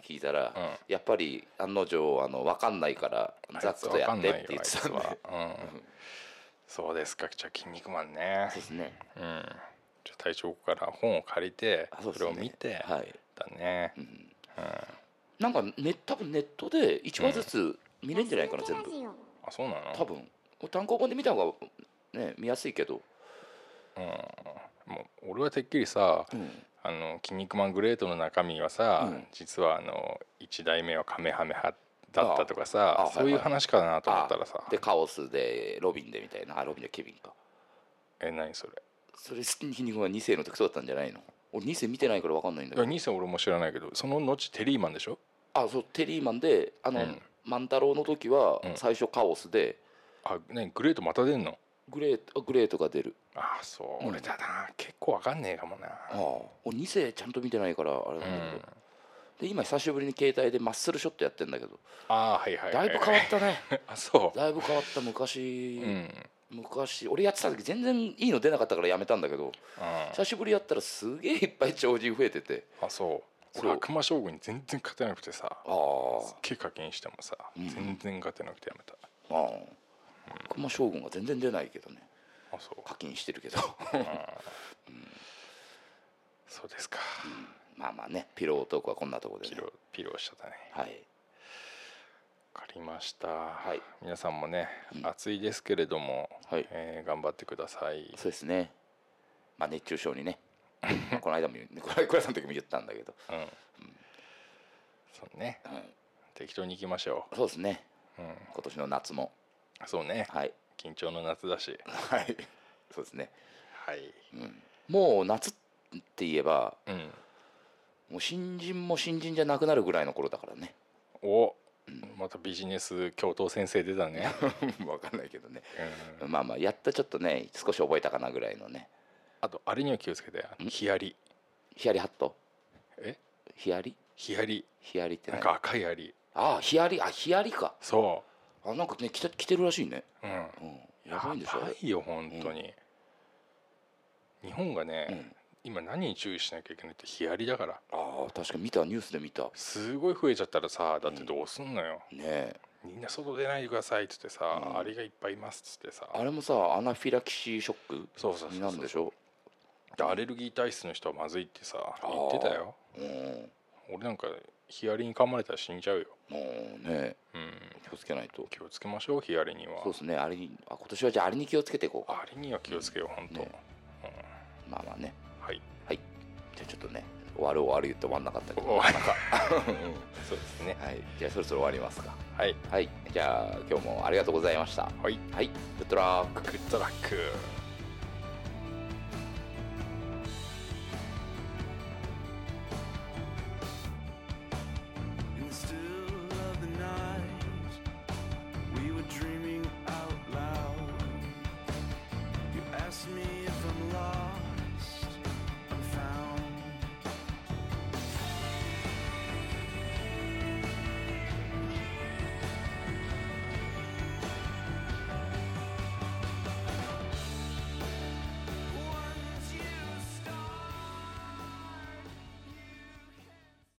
聞いたら、 うん、 やっぱり案の定あの分かんないからザックとやってって言ってたんで、 うん、そうですか。じゃあ筋肉マンね。 そうですね、 うん、じゃあ隊長から本を借りてそれを見て、 はい、 だね、うんうん、 なんかね多分ネットでいちわずつ見れるんじゃないかな、うん、全部。 あ、そうなの。 多分単行本で見た方がね見やすいけど、 うん、もう俺はてっきりさ、うん、あの筋肉マングレートの中身はさ、うん、実はあのいち代目はカメハメハだったとかさ、そういう話かなと思ったらさ、 でカオスでロビンでみたいな。あ、ロビンでケビンか。 え、何それ。それ筋肉マンに世の時そうだったんじゃないの。俺に世見てないから分かんないんだけど。 に世俺も知らないけど、その後テリーマンでしょ。 あ、そう、テリーマンであの、うん、万太郎の時は最初カオスで、 うん、あ、ね、グレートまた出んの。 グレート、グレートが出る。 あ、そう、うん、俺だな、結構わかんねえかもな。ああ、俺に世ちゃんと見てないからあれなんだけど、うん、で今久しぶりに携帯でマッスルショットやってんだけど、 あ、はいはいはい、 だいぶ変わったね。 あ、そう、 だいぶ変わった。昔、うん、昔俺やってた時全然いいの出なかったからやめたんだけど、うん、久しぶりやったらすげえいっぱい超人増えてて。 あ、そう、俺悪魔将軍に全然勝てなくてさ、あ、すっげえ課金してもさ、うん、全然勝てなくてやめた。ああ、 悪魔将軍が全然出ないけどね。 あ、そう、 課金してるけど、 うん、そうですか、 うん、まあまあね、ピロートークはこんなところで、ね、 ピローピローしちゃったね。 はい、 わかりました、 はい、 皆さんもね、うん、暑いですけれども、はい、えー、頑張ってください。 そうですね、まあ、熱中症にねこの間も倉さんの時も言ったんだけど、うんうん、 そうね、うん、適当に行きましょう。そうですね、うん、今年の夏もそうね、 はい、 緊張の夏だし、 はい、そうですね、 はい、 うん、もう夏って言えば、うん、もう新人も新人じゃなくなるぐらいの頃だからね。 お、うん、またビジネス教頭先生出たね。 分かんないけどね、うん、まあまあやったちょっとね少し覚えたかなぐらいのね。 あとあれには気をつけて、ヒヤリ。 ヒヤリハット。 え、 ヒヤリヒヤリヒヤリってなんか赤いアリ。 ああ、ヒヤリ、あ、ヒヤリか。 そう、 あ、なんかね来て、来てるらしいね。うん、うん、 やばいんでしょ。やばいよ本当に、うん、日本がね、うん、今何に注意しなきゃいけないってヒヤリだから。ああ、確か見た、ニュースで見た。 すごい増えちゃったらさ、だってどうすんのよ、 うん、ねえ、 みんな外出ないでくださいっつってさ、うん、アリがいっぱいいますっつってさ、 あれもさアナフィラキシーショックそうそうそうそうなんでしょ。 アレルギー体質の人はまずいってさ言ってたよ、うん、俺なんかヒアリに噛まれたら死んじゃうよ。 もうね、うん、気をつけないと。 気をつけましょう、ヒアリには。 そうですね、アリに、あ、今年はじゃあアリに気をつけていこうか。 アリには気をつけよう、本当、ね、 うん、まあまあね、 はい、 はい、じゃあちょっとね、終わる終わる言って終わんなかったけど、 終わんなかそうですね、 はい、じゃあそろそろ終わりますか。 はい、 はい、じゃあ今日もありがとうございました。 はい、 はい、グッドラック。 グッドラック。